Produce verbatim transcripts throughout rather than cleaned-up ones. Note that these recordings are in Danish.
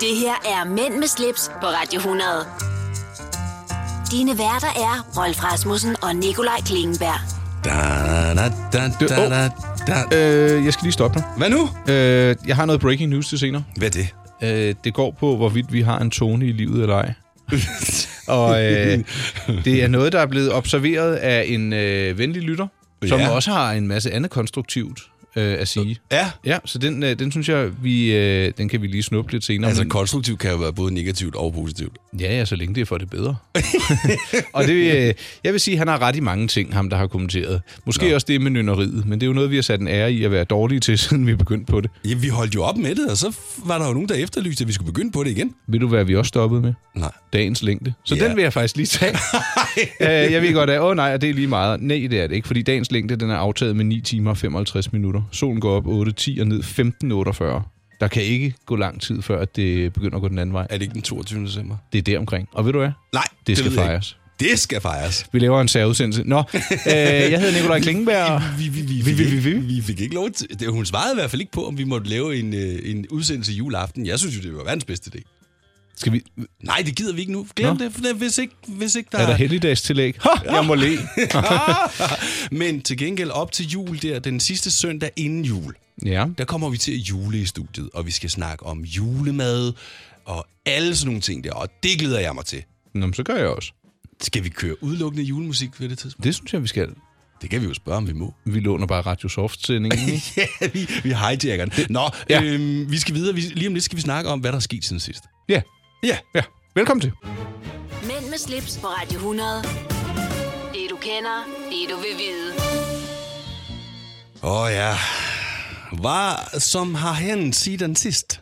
Det her er Mænd med slips på Radio hundrede. Dine værter er Rolf Rasmussen og Nikolaj Klingenberg. Da, da, da, da, da, da. Øh, jeg skal lige stoppe dig. Hvad nu? Øh, jeg har noget breaking news til senere. Hvad er det? Øh, det går på, hvorvidt vi har en tone i livet eller ej. Og øh, det er noget, der er blevet observeret af en øh, venlig lytter, som Ja. også har en masse andet konstruktivt øh, at sige. Ja. Ja, så den, øh, den synes jeg, vi, øh, den kan vi lige snuppe lidt senere. Altså, men, konstruktivt kan jo være både negativt og positivt. ja, ja, så længe det er for det bedre. Og det, øh, jeg vil sige, at han har ret i mange ting, ham der har kommenteret. Måske Nå. også det med nynneriet, men det er jo noget, vi har sat en ære i at være dårlige til, siden vi begyndte på det. Ja, vi holdt jo op med det, og så var der jo nogen, der efterlyste, at vi skulle begynde på det igen. Ved du, hvad vi også stoppede med? Nej. Dagens længde. Så Ja. den vil jeg faktisk lige tage. uh, jeg ved godt, at åh nej, og det er lige meget. Nej, det er det ikke, fordi dagens længde den er aftaget med ni timer og femoghalvtreds minutter. Solen går op otte ti og ned femten otteogfyrre. Der kan ikke gå lang tid, før at det begynder at gå den anden vej. Er det ikke den toogtyvende december? Det er deromkring. Og ved du hvad? Nej, Det, det skal ved jeg fejres. ikke. Det skal fejres. Vi laver en særudsendelse. Nå, øh, jeg hedder Nikolaj Klingenberg. Vi, vi, vi, vi, Vi- vi- vi- vi- vi, vi fik ikke lov til... Det, hun svarede i hvert fald ikke på, om vi måtte lave en, øh, en udsendelse juleaften. Jeg synes jo, det var verdens bedste idé. Skal vi... Nej, det gider vi ikke nu. Glem Nå. det, for det, hvis ikke, hvis ikke der Er der helligdagstillæg? Ha, jeg må le. Men til gengæld op til jul, der den sidste søndag inden jul, Ja. der kommer vi til at jule i studiet, og vi skal snakke om julemad og alle sådan nogle ting der, og det glæder jeg mig til. Nå, men så gør jeg også. Skal vi køre udelukkende julemusik ved det tidspunkt? Det synes jeg, vi skal. Det kan vi jo spørge, om vi må. Vi låner bare Radio Soft-sendingen. ikke? Ja, vi, vi hijacker den. Nå, Ja. ja. øhm, vi skal videre. Vi, lige om lidt skal vi snakke om, hvad der er sket siden sidst. Ja. Ja. Ja. Velkommen til. Mænd med slips på Radio hundrede. Det du kender, det du vil vide. Åh oh, ja. Hvad som har hændt siden sidst?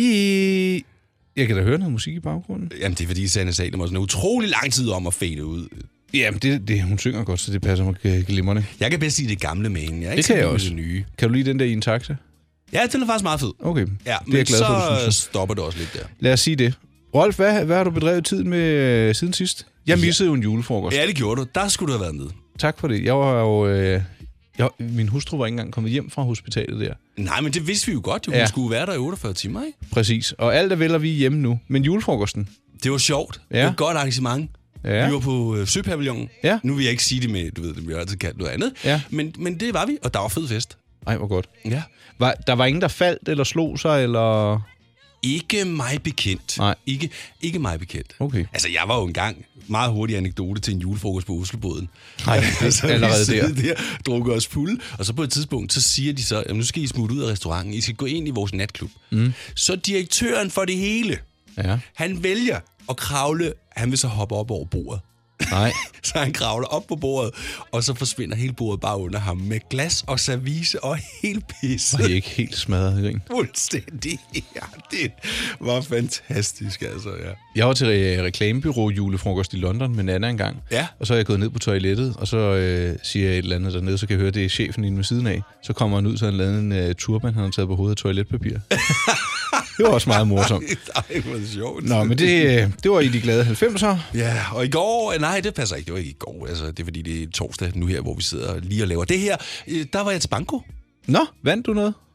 I... Jeg kan da høre noget musik i baggrunden. Jamen, det er fordi, Sanne sagde, det må sådan en utrolig lang tid om at fade ud. Jamen, det, det, hun synger godt, så det passer mig g- glimrende. Jeg kan bedst sige det gamle med hende. Jeg er Det ikke kan så jeg vild med også. Det nye. Kan du lide den der i en taxa? Ja, den er faktisk meget fed. Okay, Ja, det er men jeg glad så for, du synes. stopper det også lidt der. Lad os sige det. Rolf, hvad, hvad har du bedrevet tiden med øh, siden sidst? Jeg missede jo en julefrokost. Ja, det gjorde du. Der skulle du have været med. Tak for det. Jeg var jo... Øh, jeg, min hustru var ikke engang kommet hjem fra hospitalet der. Nej, men det vidste vi jo godt. Jo. Hun Ja. skulle være der i otteogfyrre timer, ikke? Præcis. Og alt er vel, og vi er hjemme nu. Men julefrokosten... Det var sjovt. Ja. Det var et godt arrangement. Ja. Vi var på øh, Søpavillonen. Ja. Nu vil jeg ikke sige det med, du ved, det bliver altid kaldt noget andet. Ja. Men, men det var vi, og der var fed fest. Ej, hvor godt. Ja. Var, der var ingen, der faldt eller slog sig, eller... Ikke mig bekendt. Nej. Ikke, ikke mig bekendt. Okay. Altså, jeg var jo engang meget hurtig anekdote til en julefrokost på Oslobåden. Nej, det er allerede vi der. sidder der, drukker os fulde, og så på et tidspunkt, så siger de så, at nu skal I smutte ud af restauranten, I skal gå ind i vores natklub. Mm. Så direktøren for det hele, Ja. han vælger at kravle, han vil så hoppe op over bordet. Nej. Så han kravler op på bordet, og så forsvinder hele bordet bare under ham med glas og service og helt pisse. Var I ikke helt smadret i grin? Fuldstændig. Ja, det var fantastisk, altså, ja. Jeg var til re- reklamebyrå julefrokost i London med Nana engang. Ja. Og så er jeg gået ned på toilettet, og så øh, siger jeg et eller andet dernede, så kan jeg høre, det er chefen inde ved siden af. Så kommer han ud, så han lavede en øh, turban, han har taget på hovedet af toiletpapir. Det var også meget morsomt. Ej, hvor sjovt. Nå, men det, øh, det var i de glade halvfemser. Ja, og i går, nej, det passer ikke, det var ikke i går, altså, det er fordi, det er torsdag nu her, hvor vi sidder lige og laver det her. Øh, Der var jeg til banko. Nå, vandt du noget?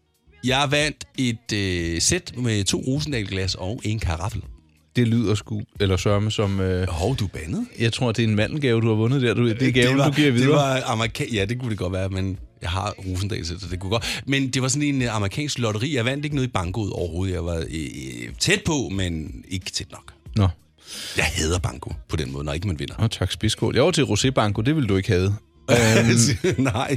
Jeg vandt et øh, sæt med to Rosendal-glas og en karaffel. Det lyder sgu, eller sørme som... Øh, Hov, du er bandet? jeg tror, det er en mandelgave, du har vundet der. Du, det er gaven, du giver videre. Det var amerika- ja, det kunne det godt være, men jeg har Rosendal, så det kunne godt. Men det var sådan en uh, amerikansk lotteri. Jeg vandt ikke noget i bankoet overhovedet. Jeg var øh, tæt på, men ikke tæt nok. Nå, Jeg hader banko på den måde, når ikke man vinder. og tak spidskål. Jeg var til Rosé Banco, det ville du ikke have. Nej.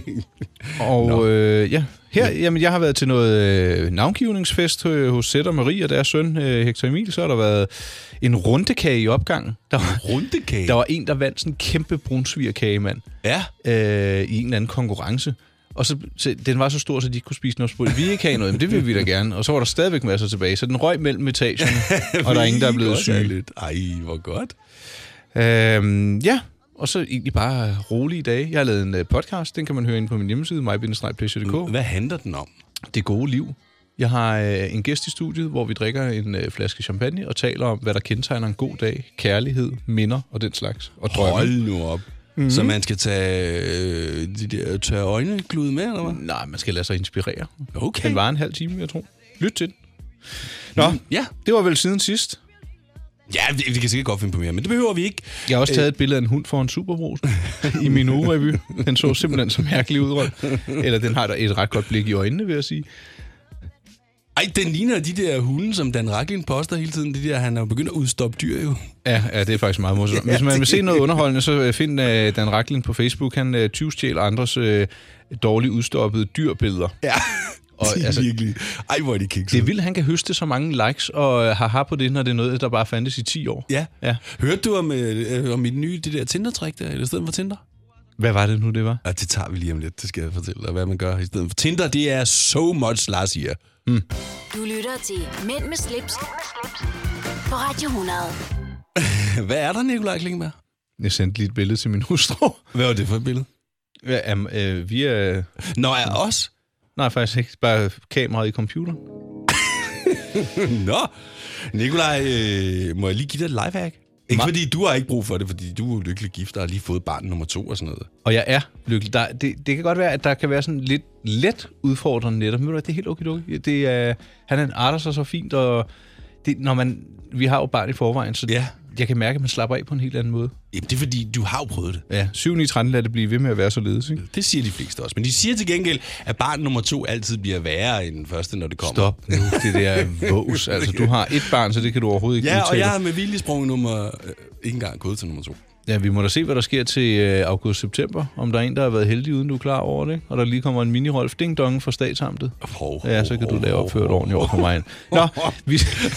Og øh, ja, her, jamen, jeg har været til noget øh, navngivningsfest øh, hos Sæt og Marie og deres søn, øh, Hector Emil. Så har der været en rundekage i opgangen. Der var, Rundekage? der var en, der vandt sådan en kæmpe brunsvigerkage, mand, Ja. øh, i en eller anden konkurrence. Og så, så den var så stor, så de ikke kunne spise noget. Så vi ikke have noget, men det ville vi da gerne. Og så var der stadigvæk masser tilbage, så den røg mellem etagerne, og der er ingen, der er blevet syg. Ej, hvor godt. Øhm, ja, og så egentlig bare rolige dage. Jeg har lavet en uh, podcast, den kan man høre inde på min hjemmeside, my bindestreg pleasure punktum d k. Hvad handler den om? Det gode liv. Jeg har øh, en gæst i studiet, hvor vi drikker en øh, flaske champagne og taler om, hvad der kendetegner en god dag, kærlighed, minder og den slags. Og drømme. Hold nu op. Mm-hmm. Så man skal tage øh, de der tørre øjneglude med, eller hvad? Nej, man skal lade sig inspirere. Okay. Den var en halv time, jeg tror. Lyt til den. Nå, Men, ja. det var vel siden sidst. Ja, vi, vi kan sikkert godt finde på mere, men det behøver vi ikke. Jeg har også taget et billede af en hund foran Superbrus i min ugerevy. Den så simpelthen så mærkelig ud. Eller den har der et ret godt blik i øjnene, vil jeg sige. Ej, den ligner de der hunde, som Dan Rachlin poster hele tiden. De der, han er jo begyndt at udstoppe dyr, jo. Ja, ja, det er faktisk meget morsomt. Hvis man vil se noget underholdende, så find uh, Dan Rachlin på Facebook. Han uh, tyvstjæler andres uh, dårligt udstoppede dyrbilleder. Ja, og, det er altså, virkelig. Ej, hvor er de kikset. Det er vildt, han kan høste så mange likes og uh, haha på det, når det er noget, der bare fandtes i ti år. Ja. ja. Hørte du om, øh, om mit nye, det der Tinder-trick der, eller i stedet for Tinder? Hvad var det nu, det var? Ja, det tager vi lige om lidt, det skal jeg fortælle dig, hvad man gør i stedet for. Tinder, det er so much Lars here. Mm. Du lytter til Mænd med slips, på Radio hundrede. Hvad er der, Nikolaj Klingberg? Jeg sendte lige et billede til min hustru. Hvad var det for et billede? Ja, um, øh, vi er... Nå, er os? Nej, faktisk ikke. Bare kameraet i computeren. Nå, Nikolaj, øh, må jeg lige give dig et lifehack? Ikke fordi du har ikke brug for det, fordi du er lykkelig gift og har lige fået barn nummer to og sådan noget. Og jeg er lykkelig. Der, det, det kan godt være, at der kan være sådan lidt let udfordrende netop. Men det er helt okay, okay. Det er, han arter sig så fint, og det, når man, vi har jo barn i forvejen, så ja. Jeg kan mærke, at man slapper af på en helt anden måde. Jamen, det er fordi, du har jo prøvet det. Ja, syv ni tretten lader det blive ved med at være således, ikke? Det siger de fleste også. Men de siger til gengæld, at barn nummer to altid bliver værre end den første, når det kommer. Stop nu, det der vås. Altså, du har et barn, så det kan du overhovedet ikke ja, udtale. Og jeg har med vilje sprunget nummer... Øh, ikke engang gået til nummer to. Ja, vi må da se, hvad der sker til øh, august-september. Om der er en, der har været heldig, uden du er klar over det. Og der lige kommer en mini-Rolf Ding-Dong fra Statsamtet. Hov, ja, så kan du lave opført ordentligt over på mig. Nå, vi...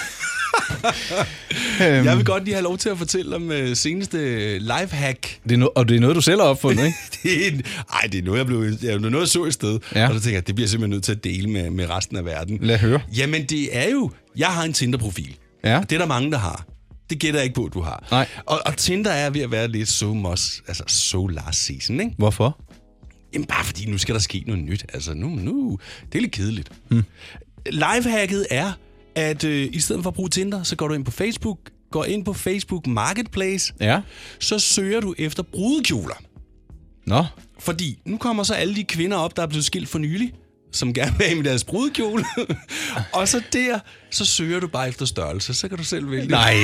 Jeg vil godt lige have lov til at fortælle om uh, seneste lifehack. Det er no- og det er noget, du selv har opfundet, ikke? det er en, ej, det er noget, jeg blev, det er noget, jeg så et sted. Ja. Og så tænker jeg, det bliver jeg simpelthen nødt til at dele med, med resten af verden. Lad høre. Jamen, det er jo... Jeg har en Tinder-profil. Ja. Det er der mange, der har. Det gætter jeg ikke på, at du har. Nej. Og, og Tinder er ved at være lidt so much, altså so last season, ikke? Hvorfor? Jamen, bare fordi nu skal der ske noget nyt. Altså, nu... nu det er lidt kedeligt. Hmm. Lifehacket er... at øh, i stedet for at bruge Tinder, så går du ind på Facebook, går ind på Facebook Marketplace, ja. Så søger du efter brudekjoler. Nå. Fordi nu kommer så alle de kvinder op, der er blevet skilt for nylig, som gerne vil have med deres brudekjole. Og så der, så søger du bare efter størrelse, så kan du selv vælge. Nej.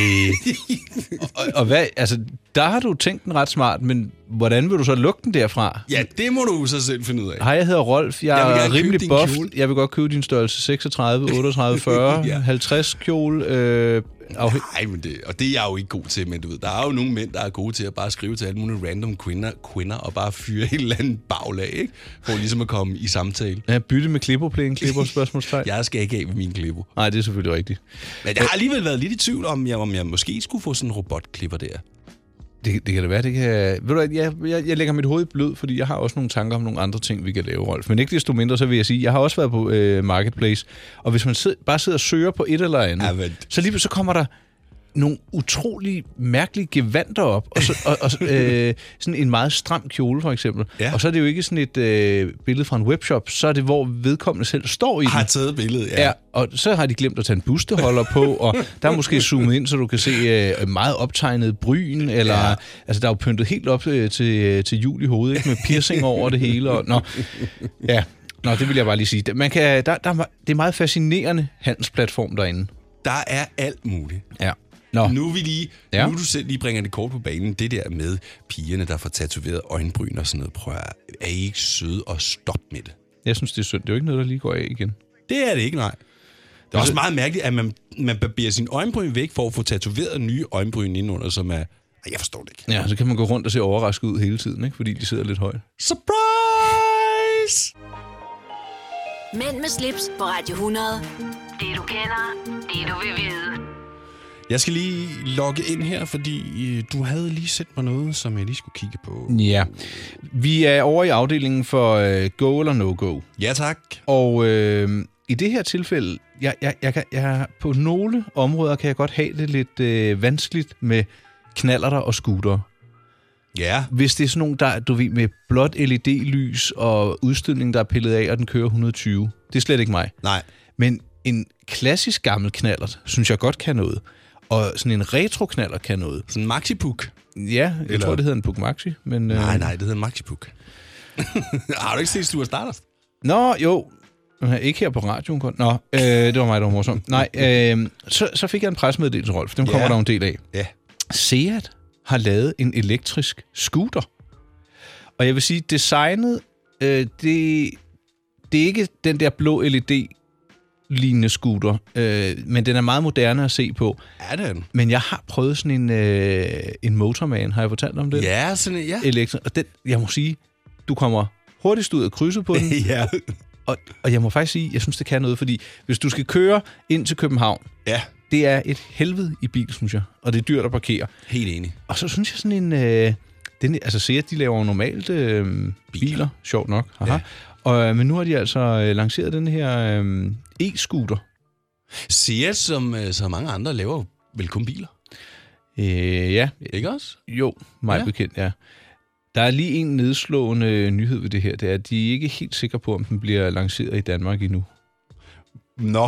og, og hvad, altså, der har du tænkt den ret smart, men hvordan vil du så lukke den derfra? Ja, det må du så selv finde ud af. Hej, jeg hedder Rolf. Jeg, jeg er rimelig buff. Jeg vil godt købe din størrelse seksogtredive, otteogtredive, fyrre, ja. halvtreds kjole. Øh, afhæ- Nej, men det, og det er jeg jo ikke god til, men du ved, der er jo nogle mænd, der er gode til at bare skrive til alle mulige random kvinder, kvinder og bare fyre et eller andet baglag, ikke? For ligesom at komme i samtale. Ja, bytte med klipperplæen, klipper, spørgsmålstegn. Jeg skal ikke af med min klipper. Nej, det er selvfølgelig rigtigt. Men jeg har alligevel været lidt i tvivl om, jeg, om jeg måske skulle få sådan en robotklipper der. Det, det kan det være, det kan... Ved du hvad, jeg, jeg, jeg lægger mit hoved i blød, fordi jeg har også nogle tanker om nogle andre ting, vi kan lave, Rolf. Men ikke desto mindre, så vil jeg sige, jeg har også været på øh, Marketplace, og hvis man sidder, bare sidder og søger på et eller andet, ja, men... så lige så kommer der nogle utrolig mærkelige gevanter op, og, så, og, og øh, sådan en meget stram kjole, for eksempel. Ja. Og så er det jo ikke sådan et øh, billede fra en webshop, så er det, hvor vedkommende selv står i den. Har taget billedet, ja. ja. Og så har de glemt at tage en busteholder på, og der er måske zoomet ind, så du kan se øh, meget optegnet bryn, eller ja. Altså, der er jo pyntet helt op øh, til, til jul i hovedet, ikke? Med piercing over det hele. Og, nå, ja. Nå, det vil jeg bare lige sige. Man kan, der, der, det er meget fascinerende handelsplatform derinde. Der er alt muligt. Ja. Nå. Nu er vi lige, ja. nu du selv lige bringer det kort på banen, det der med pigerne, der får tatoveret øjenbryn og sådan noget, prøv at, er I ikke søde og stop med det? Jeg synes, det er synd. Det er jo ikke noget, der lige går af igen. Det er det ikke, nej. Det er også meget mærkeligt, at man, man barberer sin øjenbryn væk for at få tatoveret nye øjenbryn indenunder, som er... Jeg forstår det ikke. Ja, så kan man gå rundt og se overrasket ud hele tiden, ikke? Fordi de sidder lidt højt. Surprise! Mænd med slips på Radio hundrede. Det du kender, det du vil vide. Jeg skal lige logge ind her, fordi du havde lige sendt mig noget, som jeg lige skulle kigge på. Ja. Vi er over i afdelingen for uh, go eller no-go. Ja, tak. Og øh, i det her tilfælde, jeg, jeg, jeg, kan, jeg, på nogle områder kan jeg godt have det lidt øh, vanskeligt med knallerter og scooter. Ja. Hvis det er sådan nogle, der du ved, med blåt L E D-lys og udstødning, der er pillet af, og den kører et hundrede og tyve. Det er slet ikke mig. Nej. Men en klassisk gammel knallert, synes jeg godt kan noget. Og sådan en retro-knallert kan noget. Sådan en maxi-puk. Ja, jeg Eller... tror, det hedder en Puk Maxi. Men, nej, øh... nej, det hedder en maxi-puk. Har du ikke set Stuart Stardust? Nå, jo. Ikke her på radioen kun. Nå, øh, det var mig, der var morsomt. Nej, øh, så, så fik jeg en pressemeddelelse, Rolf. Dem kommer Ja. der en del af. Ja. Seat har lavet en elektrisk scooter. Og jeg vil sige, designet, øh, det, det er ikke den der blå L E D-lignende scooter, øh, men den er meget moderne at se på. Er den? Men jeg har prøvet sådan en, øh, en Motorman, har jeg fortalt om det? Ja, sådan en, ja. Elektro- og den, jeg må sige, du kommer hurtigst ud af krydset på den. ja. Og, og jeg må faktisk sige, jeg synes, det kan noget, fordi hvis du skal køre ind til København, Ja, det er et helvede i bil, synes jeg. Og det er dyrt at parkere. helt enig. Og så synes jeg sådan en... Øh, den, altså Seat, de laver jo normalt øh, biler. biler, sjovt nok. Aha. Ja. Og, øh, men nu har de altså øh, lanceret den her øh, e-scooter. Seat, som øh, så mange andre, laver jo vel kun biler. Øh, ja, Ikke også? jo, mig Ja. bekendt, ja. Der er lige en nedslående nyhed ved det her. Det er, at de er ikke helt sikre på, om den bliver lanceret i Danmark endnu. Nå.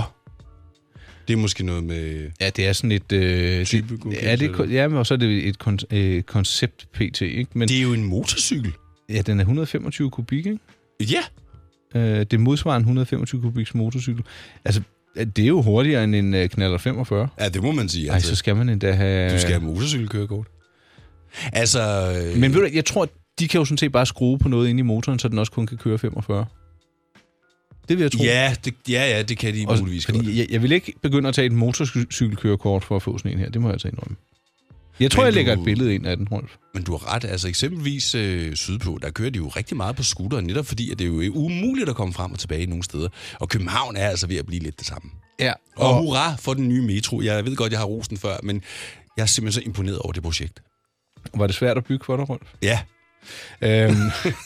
Det er måske noget med... Ja, det er sådan et... Øh, Typegodkendelse, ja, det, eller? ja, men også er det et kon- øh, koncept P T, ikke? Men Det er jo en motorcykel. ja, den er et hundrede og femogtyve kubik, ikke? Ja. Øh, det modsvarer en et hundrede og femogtyve kubiks motorcykel. Altså, det er jo hurtigere end en uh, knallert femogfyrre. Ja, det må man sige. Ej, så skal man endda have... Du skal have motorcykelkørekort. Altså... Øh... Men ved du, jeg tror, de kan jo sådan set bare skrue på noget inde i motoren, så den også kun kan køre femogfyrre. Det vil jeg tro. Ja, det, ja, ja, det kan de Også, muligvis godt. fordi jeg, jeg vil ikke begynde at tage et motorcykelkørekort for at få sådan en her. Det må jeg altså indrømme. Jeg tror, Men jeg lægger du- et billede ind af den, Rolf. Men du har ret. Altså eksempelvis øh, sydpå, der kører de jo rigtig meget på scooter, netop fordi, at det er jo umuligt at komme frem og tilbage nogle steder. Og København er altså ved at blive lidt det samme. Ja. Og, og hurra for den nye metro. Jeg ved godt, jeg har rosen før, men jeg er simpelthen så imponeret over det projekt. Var det svært at bygge for dig, Rolf? Ja. Øhm,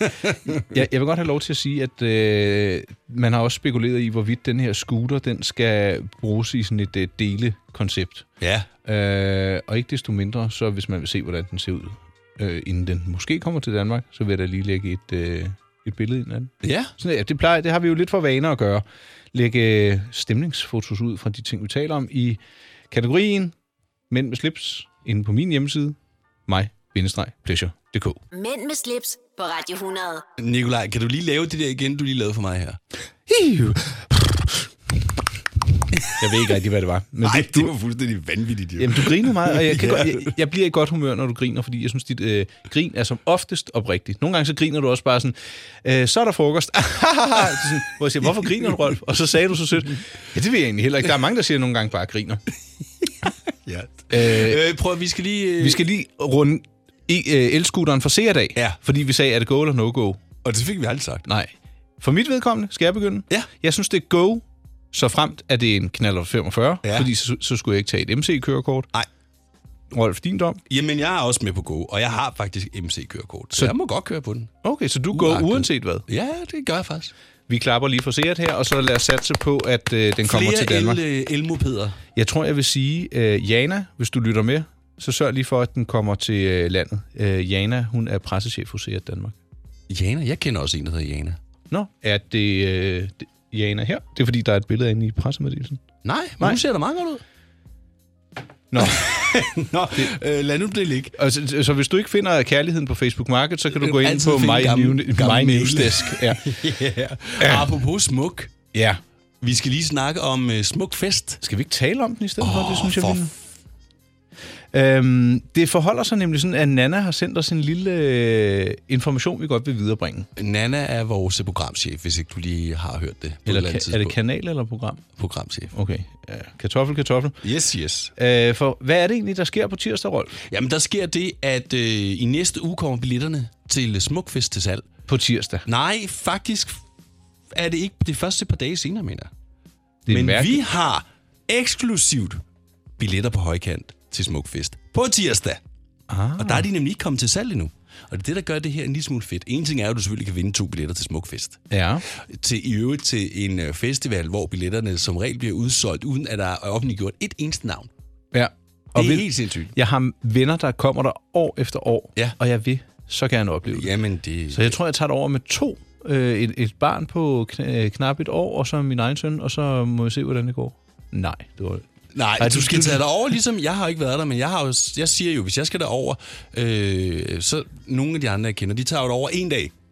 jeg, jeg vil godt have lov til at sige, at øh, man har også spekuleret i, hvorvidt den her scooter, den skal bruges i sådan et øh, delekoncept. Ja. Øh, og ikke desto mindre, så hvis man vil se, hvordan den ser ud, øh, inden den måske kommer til Danmark, så vil jeg da lige lægge et, øh, et billede ind af den. Ja. Sådan, ja, det, plejer, det har vi jo lidt for vaner at gøre. Lægge øh, stemningsfotos ud fra de ting, vi taler om i kategorien Mænd med slips, inde på min hjemmeside, mig-pleasure punktum d k. Mænd med slips på Radio hundrede. Nikolaj, kan du lige lave det der igen, du lige lavede for mig her? Jeg ved ikke rigtig, hvad det var. Men Nej, du, det var fuldstændig vanvittigt. Jo. Jamen, du griner meget, og jeg, kan Ja. godt, jeg, jeg bliver i godt humør, når du griner, fordi jeg synes, dit øh, grin er som oftest oprigtigt. Nogle gange så griner du også bare sådan, øh, så er der frokost. sådan, hvor jeg siger, hvorfor griner du, Rolf? Og så sagde du så sødt, ja, det ved jeg egentlig heller ikke. Der er mange, der siger, at nogle gange bare griner. Ja. Øh, Øh, prøv at, vi skal lige... Øh... vi skal lige runde i, øh, elscooteren for Seat af, Ja. fordi vi sagde, er det go eller no-go? Og det fik vi aldrig sagt. Nej. For mit vedkommende, skal jeg begynde? Ja. Jeg synes, det er go, så fremt er det en knallert femogfyrre, Ja. fordi så, så skulle jeg ikke tage et M C-kørekort. Nej. Rolf, din dom? Jamen, jeg er også med på Go, og jeg har faktisk M C-kørekort, så, Så- så jeg må godt køre på den. Okay, så du går Uagtet. uanset hvad? Ja, det gør jeg faktisk. Vi klapper lige for Seat her, og så lad os satse på, at øh, den kommer til Danmark. Flere el, øh, elmopeder. Jeg tror, jeg vil sige, øh, Jana, hvis du lytter med, så sørg lige for, at den kommer til øh, landet. Øh, Jana, hun er pressechef hos Seat Danmark. Jana, jeg kender også en, der hedder Jana. Nå, er det, øh, det Jana her? Det er, fordi der er et billede inde i pressemeddelelsen. Nej, men Nej. hun ser da meget godt ud. Nå, Nå, øh, lad nu det ligge. og så, så hvis du ikke finder kærligheden på Facebook Market, så kan du gå ind Altid på finde My, gammel- New, gammel My mail. News Desk. Ja. ja. Apropos smuk. ja. Vi skal lige snakke om uh, smuk fest. Skal vi ikke tale om den i stedet Åh, for? Det synes jeg, for vi... Øhm, det forholder sig nemlig sådan, at Nana har sendt os en lille øh, information, vi godt vil viderebringe. Nana er vores programchef, hvis ikke du lige har hørt det. På Eller et eller andet ka- er det tidspunkt. kanal eller program? Programchef. Okay. Ja. Kartoffel, kartoffel. Yes, yes. Øh, for hvad er det egentlig, der sker på tirsdag, Rolf? Jamen, der sker det, at øh, i næste uge kommer billetterne til Smukfest til salg. På tirsdag. Nej, faktisk er det ikke det første par dage senere, mener jeg. Det er Men mærkeligt. vi har eksklusivt billetter på højkant til Smukfest på tirsdag. Ah. Og der er de nemlig ikke kommet til salg endnu. Og det er det, der gør det her en lille smule fedt. En ting er jo, at du selvfølgelig kan vinde to billetter til Smukfest. Ja. Til i øvrigt til en øh, festival, hvor billetterne som regel bliver udsolgt, uden at der er offentliggjort et eneste navn. Ja. Og Det er ved- helt sindssygt. Jeg har venner, der kommer der år efter år, Ja. og jeg vil så gerne opleve det. Jamen, det... Så jeg tror, jeg tager det over med to. Øh, et, et barn på kn- øh, knap et år, og så min egen søn, og så må jeg se, hvordan det går. Nej, det var... Nej, Ej, du du skal skal- tage dig over, ligesom jeg har ikke været der, men jeg, har jo, jeg siger jo, hvis jeg skal derover, øh, så nogle af de andre, jeg kender, de tager jo derover en dag.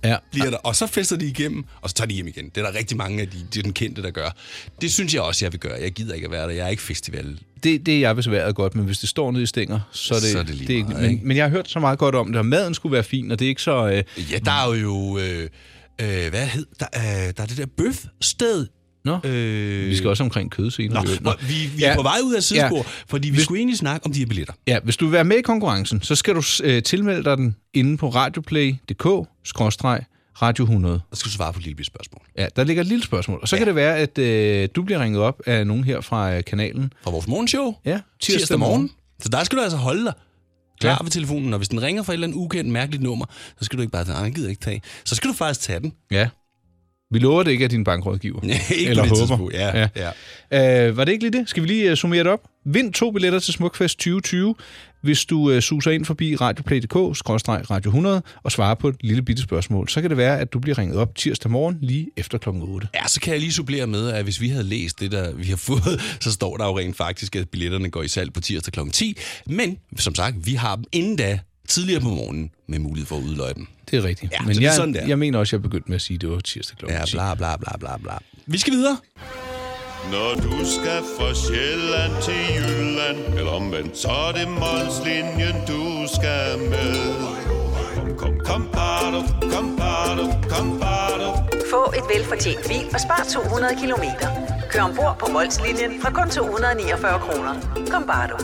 ja. bliver der, og så fester de igennem, og så tager de hjem igen. Det er der rigtig mange af de, de den kendte, der gør. Det synes jeg også, jeg vil gøre. Jeg gider ikke at være der. Jeg er ikke festival. Det, det er jeg besværet godt, men hvis det står nede i stænger, så er det, så er det lige det er meget, ikke, men, men jeg har hørt så meget godt om det, og maden skulle være fin, og det er ikke så... Øh, ja, der er jo... Øh, øh, hvad hed... Der, øh, der er det der bøfsted. Nå, øh, vi skal også omkring kød senere. Nå, Nå. Vi, vi er ja. på vej ud af sidespor, ja. fordi vi hvis, skulle egentlig snakke om de her billetter. Ja, hvis du vil være med i konkurrencen, så skal du øh, tilmelde dig den inde på radioplay punktum d k skråstreg radio hundrede. Og så skal du svare på et lille spørgsmål. Ja, der ligger et lille spørgsmål. Og så ja. kan det være, at øh, du bliver ringet op af nogen her fra øh, kanalen. Fra vores morgenshow? Ja, tirsdag, tirsdag morgen. Så der skal du altså holde dig klar ja. ved telefonen, og hvis den ringer fra et eller andet ukendt mærkeligt nummer, så skal du ikke bare tage, gider ikke tage. Så skal du faktisk tage den. Ja. Vi lover det ikke af din bankrådgiver. Ja, ikke eller på det håber. Ja, ja. Ja. Uh, var det ikke lige det? Skal vi lige uh, summere det op? Vind to billetter til Smukfest tyve tyve, hvis du uh, suser ind forbi radioplay punktum d k skråstreg radio hundrede og svarer på et lille bitte spørgsmål. Så kan det være, at du bliver ringet op tirsdag morgen lige efter klokken otte. Ja, så kan jeg lige supplere med, at hvis vi havde læst det, der vi har fået, så står der jo rent faktisk, at billetterne går i salg på tirsdag klokken ti. Men som sagt, vi har dem inden da, tidligere på morgenen, med mulighed for at udløje dem. Det er rigtigt. Ja, men jeg, sådan, jeg mener også, at jeg begyndte med at sige, at det var tirsdag klokken ti. Ja, bla bla bla bla bla. Vi skal videre. Når du skal fra Sjælland til Jylland, eller omvendt, så er det Molslinjen, du skal med. Kom, kom, kom, bado, kom, bado, kom, bado. Få et velfortjent bil og spar to hundrede kilometer. Kør ombord på Molslinjen fra kun to hundrede niogfyrre kroner. Kom, bado.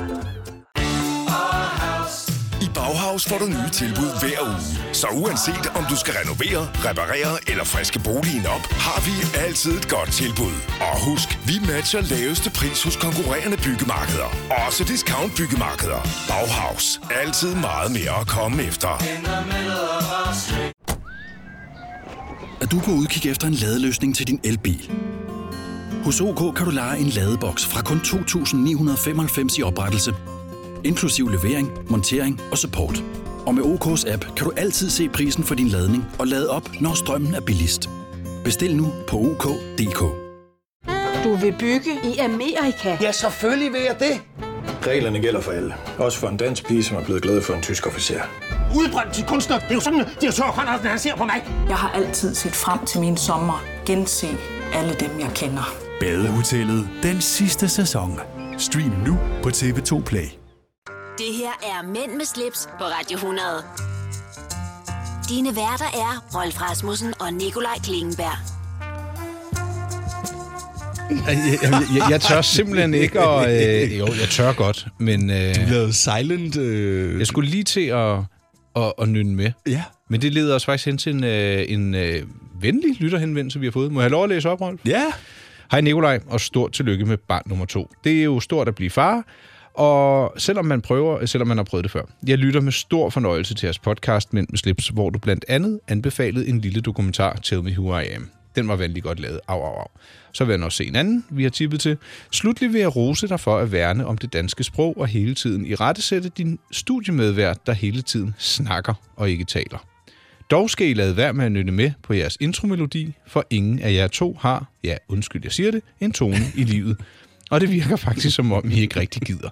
I Bauhaus får du nye tilbud hver uge. Så uanset om du skal renovere, reparere eller friske boligen op, har vi altid et godt tilbud. Og husk, vi matcher laveste pris hos konkurrerende byggemarkeder. Også discount byggemarkeder. Bauhaus. Altid meget mere at komme efter. Er du på udkig efter en ladeløsning til din elbil? Hos O K kan du leje en ladeboks fra kun to tusind ni hundrede femoghalvfems i oprettelse, inklusiv levering, montering og support. Og med O K's app kan du altid se prisen for din ladning og lade op, når strømmen er billigst. Bestil nu på O K punktum D K. Du vil bygge i Amerika? Ja, selvfølgelig vil jeg det. Reglerne gælder for alle. Også for en dansk pige, som er blevet glad for en tysk officer. Udbrændt til kunstner. Det er jo sådan, at de har tørt, han ser på mig. Jeg har altid set frem til min sommer. Gense alle dem, jeg kender. Badehotellet. Den sidste sæson. Stream nu på T V to Play. Det her er Mænd med slips på Radio hundrede. Dine værter er Rolf Rasmussen og Nikolaj Klingenberg. Jeg, jeg, jeg, jeg tør simpelthen ikke, og øh, jo, jeg tør godt, men... Øh, du lavede silent... Øh... Jeg skulle lige til at, at, at nynne med. Ja. Men det leder os faktisk hen til en, øh, en øh, venlig lytterhenvendelse, vi har fået. Må jeg have lov at læse op, Rolf? Ja. Hej Nikolaj, og stort tillykke med barn nummer to. Det er jo stort at blive far, og selvom man prøver, selvom man har prøvet det før. Jeg lytter med stor fornøjelse til jeres podcast Mænd med slips, hvor du blandt andet anbefalede en lille dokumentar, Tell Me Who I Am. Den var vanvittigt godt lavet. Au, au, au. Så vil jeg nok se en anden, vi har tippet til. Slutlig vil jeg rose dig for at værne om det danske sprog og hele tiden irettesætte din studiemedvært, der hele tiden snakker og ikke taler. Dog skal I lade være med at nytte med på jeres intromelodi, for ingen af jer to har, ja undskyld jeg siger det, en tone i livet. Og det virker faktisk som om, I ikke rigtig gider.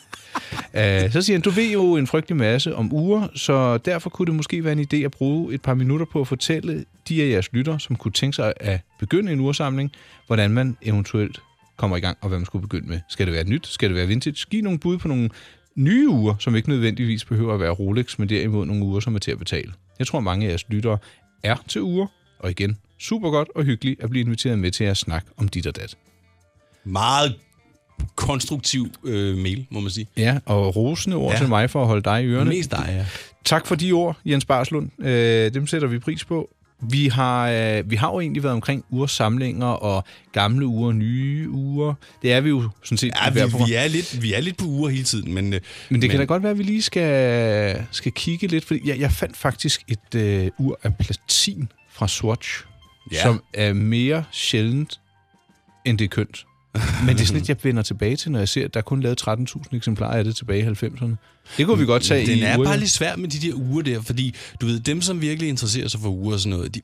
uh, så siger han, du ved jo en frygtelig masse om uger, så derfor kunne det måske være en idé at bruge et par minutter på at fortælle de af jeres lytter, som kunne tænke sig at begynde en ursamling, hvordan man eventuelt kommer i gang, og hvad man skulle begynde med. Skal det være nyt? Skal det være vintage? Giv nogle bud på nogle nye uger, som ikke nødvendigvis behøver at være Rolex, men derimod nogle uger, som er til at betale. Jeg tror, mange af jeres lyttere er til uger, og igen, super godt og hyggeligt at blive inviteret med til at snakke om dit og dat. Meget konstruktiv øh, mail, må man sige. Ja, og rosende ord ja. til mig for at holde dig i ørerne. Mest dig, ja. Tak for de ord, Jens Barslund. Øh, dem sætter vi pris på. Vi har, øh, vi har jo egentlig været omkring ursamlinger og gamle uger, nye uger. Det er vi jo sådan set. Ja, vi, vi, er lidt, vi er lidt på uger hele tiden. Men, men det men, kan da godt være, at vi lige skal, skal kigge lidt. Fordi jeg, jeg fandt faktisk et øh, ur af platin fra Swatch, ja. som er mere sjældent, end det er kønt. Men det er sådan lidt, jeg vender tilbage til, når jeg ser, at der er kun lavet tretten tusind eksemplarer af det tilbage i halvfemserne. Det kunne vi godt tage Den i er uger. bare lidt svært med de der uger der, fordi du ved, dem som virkelig interesserer sig for uger og sådan noget, de,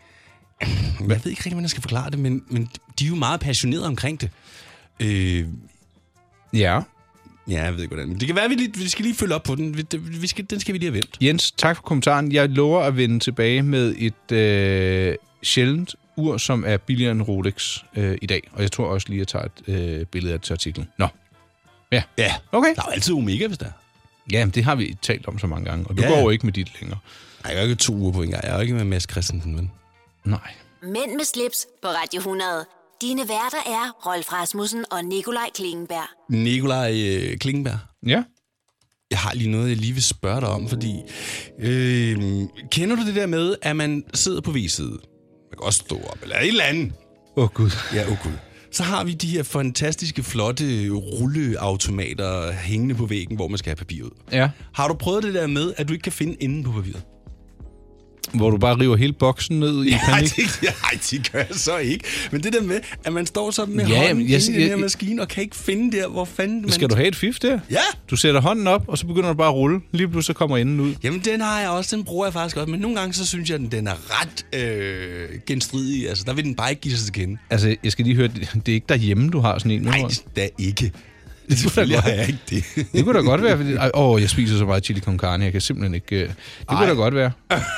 jeg ved ikke rigtig, hvordan jeg skal forklare det, men, men de er jo meget passionerede omkring det. Øh, ja. Ja, jeg ved ikke, hvordan. Det kan være, at vi, lige, vi skal lige følge op på den. Vi skal, den skal vi lige have vendt. Jens, tak for kommentaren. Jeg lover at vende tilbage med et øh, sjældent ur, som er billigere end Rolex øh, i dag. Og jeg tror også lige, at jeg tager et øh, billede af til artiklen. Nå. Ja. Ja. Okay. Der er jo altid Omega, hvis der er. Ja, men det har vi talt om så mange gange. Og du ja. går jo ikke med dit længere. Nej, jeg er ikke to uger på en gang. Jeg er ikke med Mads Christensen, ven. Nej. Mænd med slips på Radio hundrede. Dine værter er Rolf Rasmussen og Nikolaj Klingenberg. Nikolaj øh, Klingenberg. Ja. Jeg har lige noget, jeg lige vil spørge dig om, fordi... Øh, kender du det der med, at man sidder på V-side? Man kan også stå op, eller et eller andet. Åh, oh, Gud. Ja, åh, oh, Gud. Så har vi de her fantastiske, flotte rulleautomater hængende på væggen, hvor man skal have papir ud. Ja. Har du prøvet det der med, at du ikke kan finde enden på papiret? Hvor du bare river hele boksen ned i ja, panik? Det, ja, det gør jeg så ikke. Men det der med, at man står sådan med ja, hånden jeg, inde i den her jeg, maskine, og kan ikke finde der, hvor fanden man... Skal du have et fif der? Ja! Du sætter hånden op, og så begynder du bare at rulle. Lige pludselig kommer enden ud. Jamen, den har jeg også. Den bruger jeg faktisk også. Men nogle gange, så synes jeg, at den er ret øh, genstridig. Altså, der vil den bare ikke give sig til kende. Altså, jeg skal lige høre, det er ikke derhjemme, du har sådan en? Nej, da ikke. Det selvfølgelig har jeg ikke det. Det kunne da godt være, fordi... Åh, oh, jeg spiser så meget chili con carne, jeg kan simpelthen ikke... Det Ej. kunne da godt være.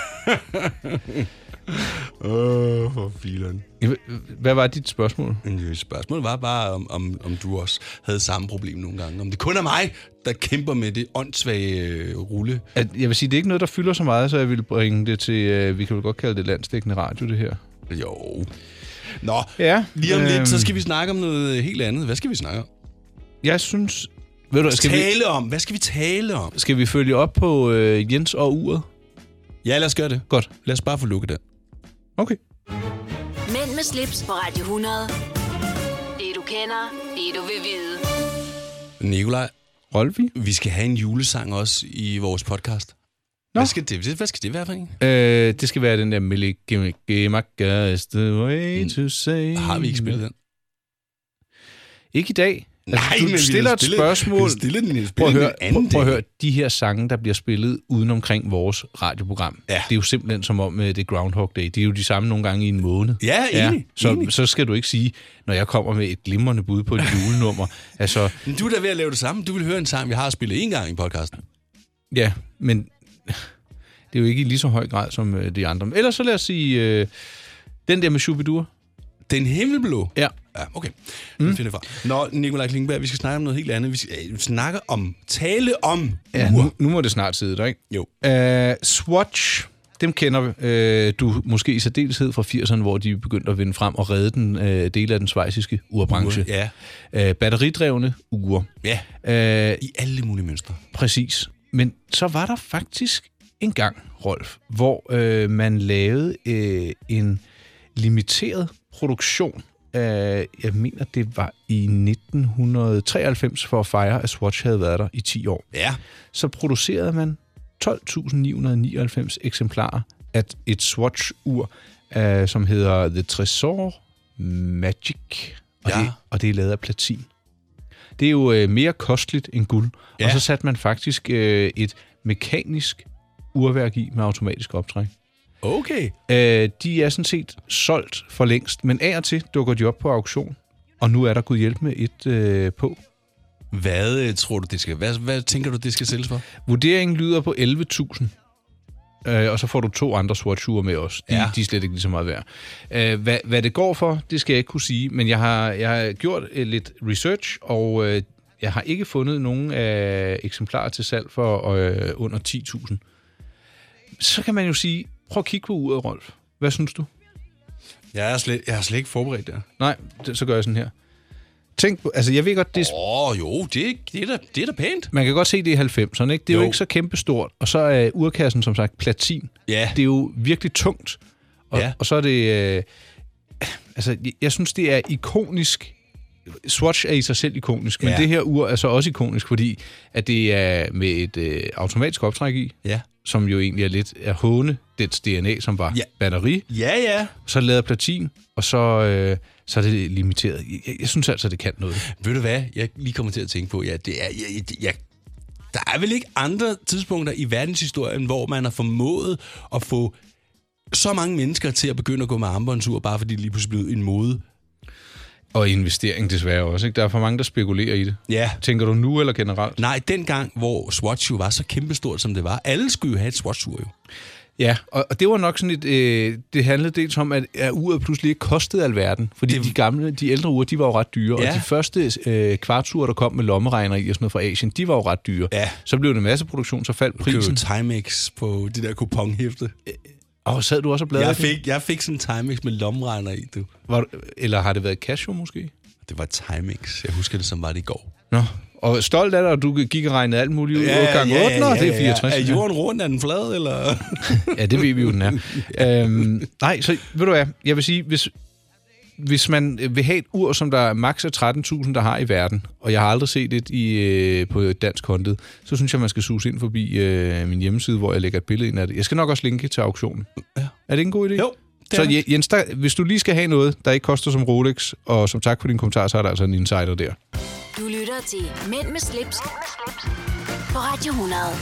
Åh, oh, for filen. Hvad var dit spørgsmål? Spørgsmålet var bare, om, om, om du også havde samme problem nogle gange. Om det kun er mig, der kæmper med det åndssvage øh, rulle. At, jeg vil sige, det er ikke noget, der fylder så meget, så jeg vil bringe det til... Øh, vi kan vel godt kalde det landsdækkende radio, det her. Jo. Nå, ja, lige om øh, lidt, så skal vi snakke om noget helt andet. Hvad skal vi snakke om? Jeg synes... Ved du, skal tale vi, om? Hvad skal vi tale om? Skal vi følge op på øh, Jens og uret? Ja, lad os gøre det. Godt. Lad os bare få lukket det. Okay. Mænd med slips på Radio hundrede. Det du kender, det du vil vide. Nikolaj. Rolfi. Vi skal have en julesang også i vores podcast. Nå. Hvad skal det, hvad skal det være for en? Øh, det skal være den der Millie Gimmick is the way to say. Har vi ikke spillet den? Ikke i dag. Altså, Nej, du men stiller et spillet, spørgsmål. Stiller den, prøv, at høre, prøv, prøv at høre, de her sange, der bliver spillet uden omkring vores radioprogram. Ja. Det er jo simpelthen som om, det er Groundhog Day. Det er jo de samme nogle gange i en måned. Ja, enig. Ja, så, enig. så skal du ikke sige, når jeg kommer med et glimrende bud på et julenummer. Altså, men du er da ved at lave det samme. Du vil høre en sang, vi har spillet en gang i podcasten. Ja, men det er jo ikke i lige så høj grad som de andre. Ellers så lad os sige, øh, den der med Shubidua. Den himmelblå? Ja. Ja, okay. Mm. Det finder fra. Nå, Nikolaj Klingenberg, vi skal snakke om noget helt andet. Vi skal øh, snakke om, tale om ja, nu, nu må det snart sidde der, ikke? Jo. Uh, Swatch, dem kender uh, du måske i særdeleshed fra firserne, hvor de begyndte at vinde frem og redde den uh, del af den schweiziske urbranche. Ja. Uh, batteridrevne ure. Ja, uh, i alle mulige mønstre. Præcis. Men så var der faktisk en gang, Rolf, hvor uh, man lavede uh, en limiteret produktion. Uh, jeg mener, det var i nitten treoghalvfems for at fejre, at Swatch havde været der i ti år. Ja. Så producerede man tolv tusind ni hundrede nioghalvfems eksemplarer af et Swatch-ur, uh, som hedder The Tresor Magic, og, ja. det, og det er lavet af platin. Det er jo uh, mere kostligt end guld, ja. Og så satte man faktisk uh, et mekanisk urværk i med automatisk optræk. Okay. Øh, de er sådan set solgt for længst, men af og til dukker de op på auktion, og nu er der gået hjælp med et øh, på. Hvad øh, tror du, det skal? Hvad, hvad tænker du, det skal sælges for? Vurderingen lyder på elleve tusind, øh, og så får du to andre Swatch-ure med os. De, ja. de er slet ikke lige så meget værd. Øh, hvad, hvad det går for, det skal jeg ikke kunne sige, men jeg har, jeg har gjort øh, lidt research, og øh, jeg har ikke fundet nogen af eksemplarer til salg for øh, under ti tusind. Så kan man jo sige, prøv at kigge på uret, Rolf. Hvad synes du? Jeg er slet, jeg er slet ikke forberedt der. Nej, det, så gør jeg sådan her. Tænk på, altså jeg ved godt, det er... Åh, oh, jo, det, det, er da, det er da pænt. Man kan godt se det i halvfemserne, ikke? Det er jo, jo ikke så kæmpestort. Og så er urkassen, som sagt, platin. Ja. Det er jo virkelig tungt. Og, ja. og så er det... Øh, altså, jeg, jeg synes, det er ikonisk. Swatch er i sig selv ikonisk, men ja. Det her ur er så også ikonisk, fordi at det er med et øh, automatisk optræk i. Ja. Som jo egentlig er lidt at håne dets D N A, som var ja. batteri. Ja, ja. Så er det lavet af platin, og så, øh, så er det limiteret. Jeg, jeg synes altså, det kan noget. Ved du hvad, jeg lige kommer til at tænke på, ja, det er, jeg, jeg, der er vel ikke andre tidspunkter i verdenshistorien, hvor man har formået at få så mange mennesker til at begynde at gå med armbåndsur, bare fordi det lige pludselig blev en mode. Og investering desværre også, ikke? Der er for mange, der spekulerer i det. Ja. Tænker du nu eller generelt? Nej, dengang, hvor Swatch jo var så kæmpestort, som det var. Alle skulle jo have et Swatch-ur jo. Ja, og, og det var nok sådan et... Øh, det handlede dels om, at, at uret pludselig ikke kostede alverden. Fordi det... de gamle, de ældre ure, de var jo ret dyre. Ja. Og de første øh, kvartsure, der kom med lommeregner i og sådan noget fra Asien, de var jo ret dyre. Ja. Så blev det masseproduktion, så faldt prisen. Du købte Timex på de der kuponhæfte. Og sad du også og bladrede? Jeg fik, jeg fik sådan en Timex med lommeregner i, du. Var, eller har det været Casio måske? Det var Timex. Jeg husker det, som var det i går. Nå, og stolt af dig, og du gik og regnede alt muligt ud. Ja, gang ja, otte, ja, ja, det er fireogtres. Er jorden rund, er den flad, eller? Ja, det ved vi jo, den er. øhm, nej, så ved du hvad, jeg vil sige, hvis, hvis man vil have et ur, som der er maks af tretten tusind, der har i verden, og jeg har aldrig set et i, øh, på et dansk kontet, så synes jeg, man skal suge ind forbi øh, min hjemmeside, hvor jeg lægger et billede ind af det. Jeg skal nok også linke til auktionen. Ja. Er det ikke en god idé? Jo. Så Jens, der, hvis du lige skal have noget, der ikke koster som Rolex, og som tak for din kommentar, så er der altså en insider der. Du lytter til Mænd med slips på Radio hundrede.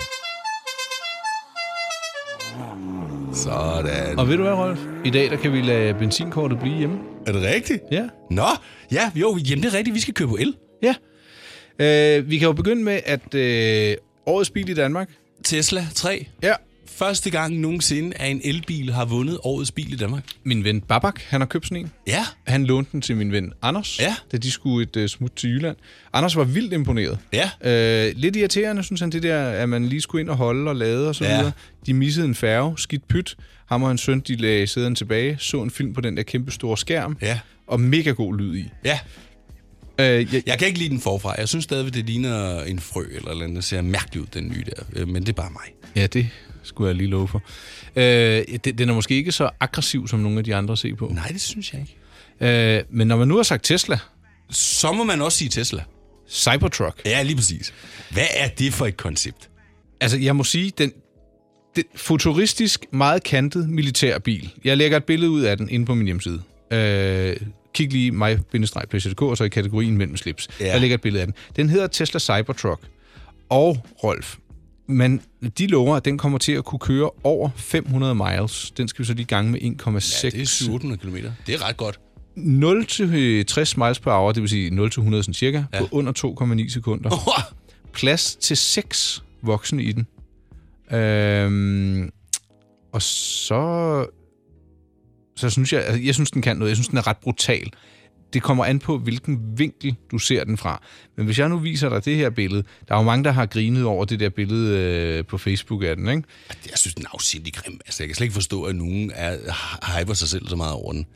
Sådan. Og ved du hvad, Rolf? I dag der kan vi lade benzinkortet blive hjemme. Er det rigtigt? Ja. Nå, ja, jo, jamen det er rigtigt. Vi skal køre på el. Ja. Øh, vi kan jo begynde med, at øh, årets bil i Danmark... Tesla tre. Ja. Første gang nogensinde, at en elbil har vundet årets bil i Danmark. Min ven Babak, han har købt sådan en. Ja. Han lånte den til min ven Anders, ja. da de skulle et uh, smut til Jylland. Anders var vildt imponeret. Ja. Øh, lidt irriterende, synes han, det der, at man lige skulle ind og holde og lade og så ja. videre. De missede en færge, skidt pyt. Ham og hans søn, de lagde sæden tilbage, så en film på den der kæmpe store skærm, ja. og mega god lyd i. Ja. Øh, jeg, jeg kan ikke lide den forfra. Jeg synes stadigvæk, det ligner en frø eller noget. Det ser mærkeligt ud, den nye der. Men det er bare mig. Ja, det skulle jeg lige love for. Øh, den er måske ikke så aggressiv, som nogle af de andre ser på. Nej, det synes jeg ikke. Øh, men når man nu har sagt Tesla... Så må man også sige Tesla. Cybertruck. Ja, lige præcis. Hvad er det for et koncept? Altså, jeg må sige, den, den futuristisk, meget kantet militærbil. Jeg lægger et billede ud af den inde på min hjemmeside. Øh, kig lige mig bindestreg p c k og så i kategorien Mænd med slips. Ja. Jeg lægger et billede af den. Den hedder Tesla Cybertruck. Og Rolf, men de lover, at den kommer til at kunne køre over fem hundrede miles. Den skal vi så lige gange med en komma seks. Ja, det er syv hundrede kilometer. Det er ret godt. nul til tres miles per hour, det vil sige nul til hundrede sådan cirka, ja. På under to komma ni sekunder. Oh. Plads til seks voksne i den. Øhm, og så... Så synes jeg... Altså, jeg synes, den kan noget. Jeg synes, den er ret brutal. Det kommer an på, hvilken vinkel du ser den fra. Men hvis jeg nu viser dig det her billede... Der er jo mange, der har grinet over det der billede øh, på Facebook af den, ikke? Jeg synes, den er afsindig grim. Altså, jeg kan slet ikke forstå, at nogen er, hyper sig selv så meget over den.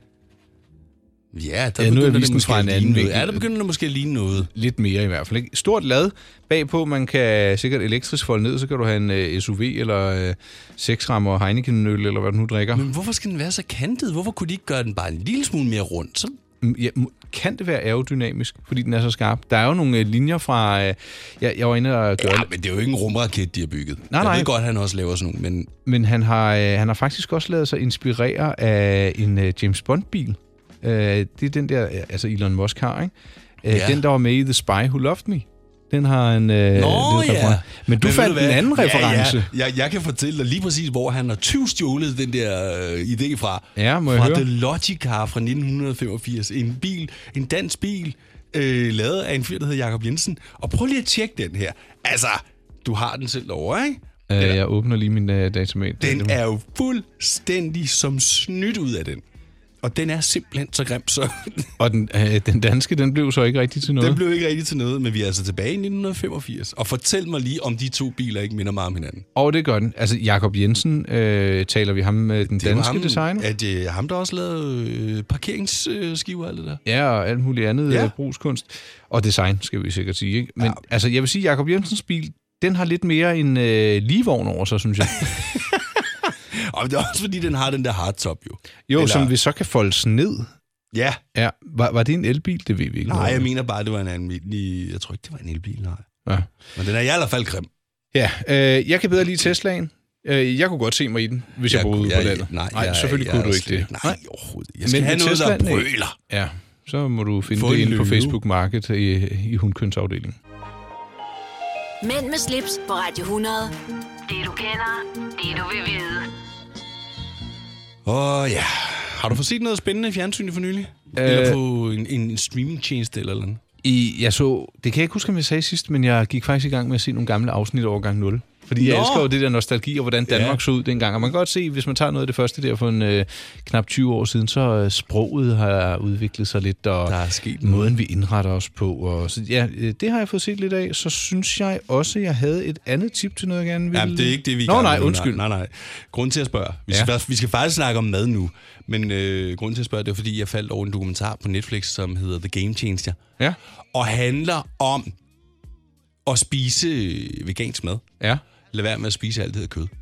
Ja, der ja, begynder det måske fra en anden vinkel. Ja, der begynder det måske at ligne noget. Lidt mere i hvert fald, ikke? Stort lad bagpå, man kan sikkert elektrisk folde ned, så kan du have en uh, S U V eller uh, seksrammer Heineken-øl, eller hvad du nu drikker. Men hvorfor skal den være så kantet? Hvorfor kunne de ikke gøre den bare en lille smule mere rundt? Så... Ja, kan det være aerodynamisk, fordi den er så skarp? Der er jo nogle uh, linjer fra... Uh, jeg, jeg var inde og gøre... Ja, men det er jo ikke en rumraket, de har bygget. Nej, jeg nej. ved godt, at han også laver sådan nogle, men... Men han har, uh, han har faktisk også lavet sig inspirere af en uh, James Bond-bil. Uh, det er den der, altså Elon Musk har, ikke? Uh, ja. Den, der var med i The Spy Who Loved Me. Den har en... Uh, Nå, ja. Men du men fandt en anden reference. Ja, ja. Jeg, jeg kan fortælle dig lige præcis, hvor han har tyvstjålet den der uh, idé fra. Ja, må jeg fra høre? The Logicar fra nitten femogfirs. En bil, en dansk bil, øh, lavet af en fyr, der hedder Jacob Jensen. Og prøv lige at tjekke den her. Altså, du har den selv over, ikke? Uh, jeg åbner lige min uh, datamat. Den er jo fuldstændig som snydt ud af den. Og den er simpelthen så grim, så... Og den, øh, den danske, den blev så ikke rigtig til noget? Den blev ikke rigtig til noget, men vi er altså tilbage i nitten femogfirs. Og fortæl mig lige, om de to biler ikke minder meget om hinanden. Og det gør den. Altså, Jacob Jensen, øh, taler vi ham med den det danske ham, designer? Er det ham, der også lavede øh, parkeringsskiver og alt det der? Ja, og alt muligt andet ja. øh, brugskunst. Og design, skal vi sikkert sige. Ikke? Men ja. altså, jeg vil sige, Jacob Jensens bil, den har lidt mere en øh, ligevogn over sig, synes jeg. Og det er også fordi, den har den der hardtop jo. Jo, Eller... som vi så kan foldes ned. Ja. ja. Var, var det en elbil? Det ved vi ikke. Nej, jeg mener bare, det var en almindelig... Jeg tror ikke, det var en elbil, nej. Ja. Men den er i hvert fald grim. Ja, øh, jeg kan bedre lide Teslaen. Øh, jeg kunne godt se mig i den, hvis jeg, jeg boede ude på landet. Nej, nej jeg, selvfølgelig jeg, kunne du ikke det. Nej, overhovedet. Jeg skal Men have noget, Teslaen, der brøler. Ja, så må du finde Få det inde løve. på Facebook Market i, i hundkønsafdelingen. Mænd med slips på Radio hundrede. Det du kender, det du vil vide. Åh oh, ja, har du fået set noget spændende i fjernsynet for nylig? Eller på en, en streamingtjeneste eller noget? I, jeg så, det kan jeg ikke huske, om jeg sagde sidst, men jeg gik faktisk i gang med at se nogle gamle afsnit over gang nul. Fordi Nå. jeg elsker jo det der nostalgi, og hvordan Danmark ja. så ud dengang. Og man kan godt se, hvis man tager noget af det første der for en øh, knap tyve år siden, så øh, sproget har udviklet sig lidt, og der er sket måden, vi indretter os på. Og så, ja, det har jeg fået set lidt af. Så synes jeg også, jeg havde et andet tip til noget, jeg gerne ville... Jamen, det er ikke det, vi Nå, nej, undskyld. Nej, nej, nej. Grunden til at spørge. Vi skal, ja. vi skal faktisk snakke om mad nu. Men øh, grunden til at spørge, det er, fordi jeg faldt over en dokumentar på Netflix, som hedder The Game Changer. Ja. Og handler om at spise vegansk mad. Ja. Lad være med at spise alt det her kød.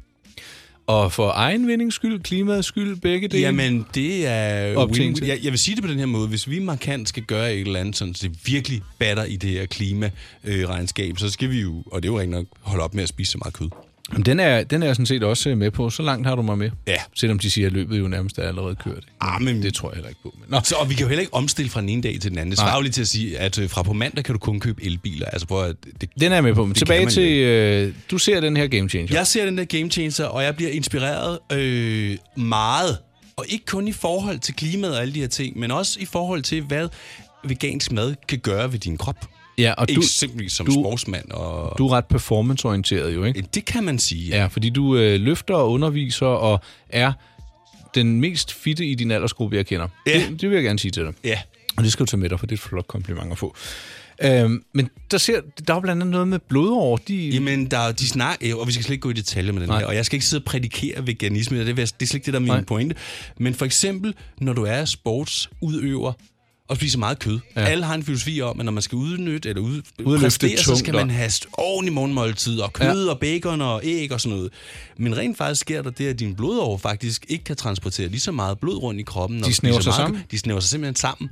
Og for egen vindings skyld, klimaets skyld, begge dele? Jamen, det er... Jeg, jeg vil sige det på den her måde. Hvis vi markant skal gøre et eller andet, sådan, så det virkelig batter i det her klimaregnskab, så skal vi jo, og det er jo rigtig nok, holde op med at spise så meget kød. Jamen, den er, den er jeg sådan set også med på. Så langt har du mig med. Ja. Selvom de siger, at løbet jo nærmest er allerede kørt. Ah, men det tror jeg heller ikke på. Men... Nå. Så, og vi kan jo heller ikke omstille fra den ene dag til den anden. Det svarer jo lige til at sige, at fra på mandag kan du kun købe elbiler. Altså, prøv at, det, den er jeg med på. Men tilbage til, øh, du ser den her Game Changer. Jeg ser den der Game Changer, og jeg bliver inspireret øh, meget. Og ikke kun i forhold til klimaet og alle de her ting, men også i forhold til, hvad vegansk mad kan gøre ved din krop. Ja, og du, eksempelvis som du, sportsmand. Og... Du er ret performanceorienteret jo, ikke? Det kan man sige. Ja, ja fordi du øh, løfter og underviser og er den mest fitte i din aldersgruppe, jeg kender. Ja. Det, det vil jeg gerne sige til dig. Ja. Og det skal du tage med dig, for det er et flot kompliment at få. Øhm, men der, ser, der er blandt andet noget med blodår. De... Jamen, der, de snakker, og vi skal slet ikke gå i detaljer med den Nej. her, og jeg skal ikke sidde og prædikere veganisme, det er, det er slet ikke det, der er min Nej. pointe. Men for eksempel, når du er sportsudøver, og spiser meget kød. Ja. Alle har en filosofi om, at når man skal udnytte eller ud, præstere, så skal man have ordentlig morgenmåltid og kød ja. og bacon og æg og sådan noget. Men rent faktisk sker der det, at din blodår faktisk ikke kan transportere lige så meget blod rundt i kroppen. Når de snæver sig meget, sammen? De snæver sig simpelthen sammen.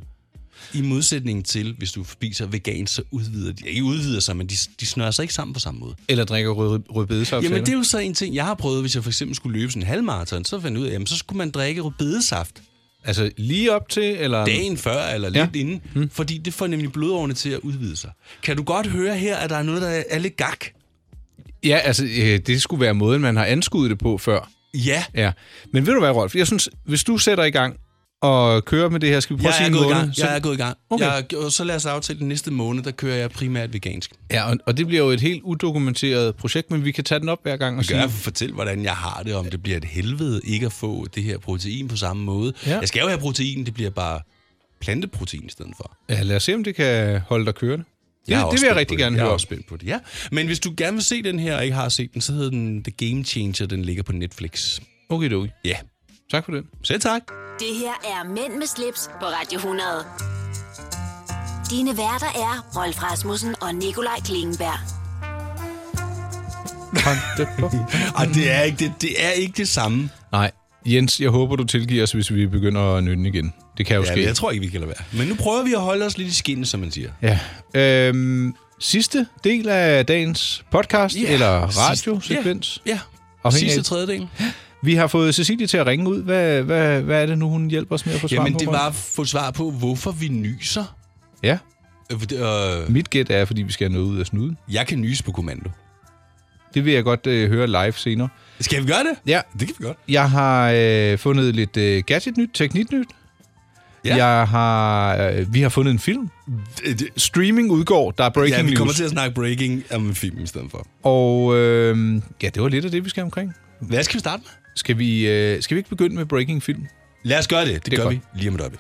I modsætning til, hvis du spiser vegan, så udvider de. Ikke udvider sig, men de, de snører sig ikke sammen på samme måde. Eller drikker rødbedesaft? Jamen, det er jo så en ting, jeg har prøvet, hvis jeg for eksempel skulle løbe sådan en halvmarathon, så fandt jeg ud af, jamen, så skulle man drikke rødbedesaft. Altså lige op til, eller... Dagen før, eller lidt ja. inden. Hmm. Fordi det får nemlig blodårene til at udvide sig. Kan du godt høre her, at der er noget, der er lidt gak? Ja, altså, det skulle være måden, man har anskuet det på før. Ja. ja. Men ved du hvad, Rolf? Jeg synes, hvis du sætter i gang og kører med det her, skal vi prøve at sige en måned? Gang. Så... Jeg er gået i gang. Okay. Jeg er, så lad os aftale den næste måned, der kører jeg primært vegansk. Ja, og, og det bliver jo et helt udokumenteret projekt, men vi kan tage den op hver gang og sige... Jeg kan fortælle, hvordan jeg har det, om det bliver et helvede ikke at få det her protein på samme måde. Ja. Jeg skal jo have protein, det bliver bare planteprotein i stedet for. Ja, lad os se, om det kan holde dig kørende. Det, det vil jeg rigtig gerne høre. Jeg er også spændt på det, ja. Men hvis du gerne vil se den her, og ikke har set den, så hedder den The Game Changer, den ligger på Netflix. Okay, okay. Ja. Tak for det. Selv tak. Det her er Mænd med slips på Radio hundrede. Dine værter er Rolf Rasmussen og Nikolaj Klingenberg. Og det er ikke det, det er ikke det samme. Nej. Jens, jeg håber, du tilgiver os, hvis vi begynder at nynne igen. Det kan jo ja, ske. Jeg tror ikke, vi kan lade være. Men nu prøver vi at holde os lidt i skinnet, som man siger. Ja. Øhm, sidste del af dagens podcast, yeah. eller radiosekvens. Ja, yeah. sidste tredjedel. Vi har fået Cecilie til at ringe ud. Hvad, hvad, hvad er det nu, hun hjælper os med at få svar Jamen, på? Jamen, det var at få svar på, hvorfor vi nyser. Ja. Øh, Mit gæt er, fordi vi skal have noget ud af snuden. Jeg kan nyse på kommando. Det vil jeg godt øh, høre live senere. Skal vi gøre det? Ja. Det kan vi godt. Jeg har øh, fundet lidt øh, gadget-nyt, teknik-nyt. Ja. Jeg har, øh, vi har fundet en film. Streaming udgår, der er breaking news. Ja, vi kommer news. til at snakke breaking om en film i stedet for. Og øh, ja, det var lidt af det, vi skal omkring. Hvad skal vi starte med? Skal vi, øh, skal vi ikke begynde med breaking film? Lad os gøre det. Det, det gør godt. vi lige om et øjeblik.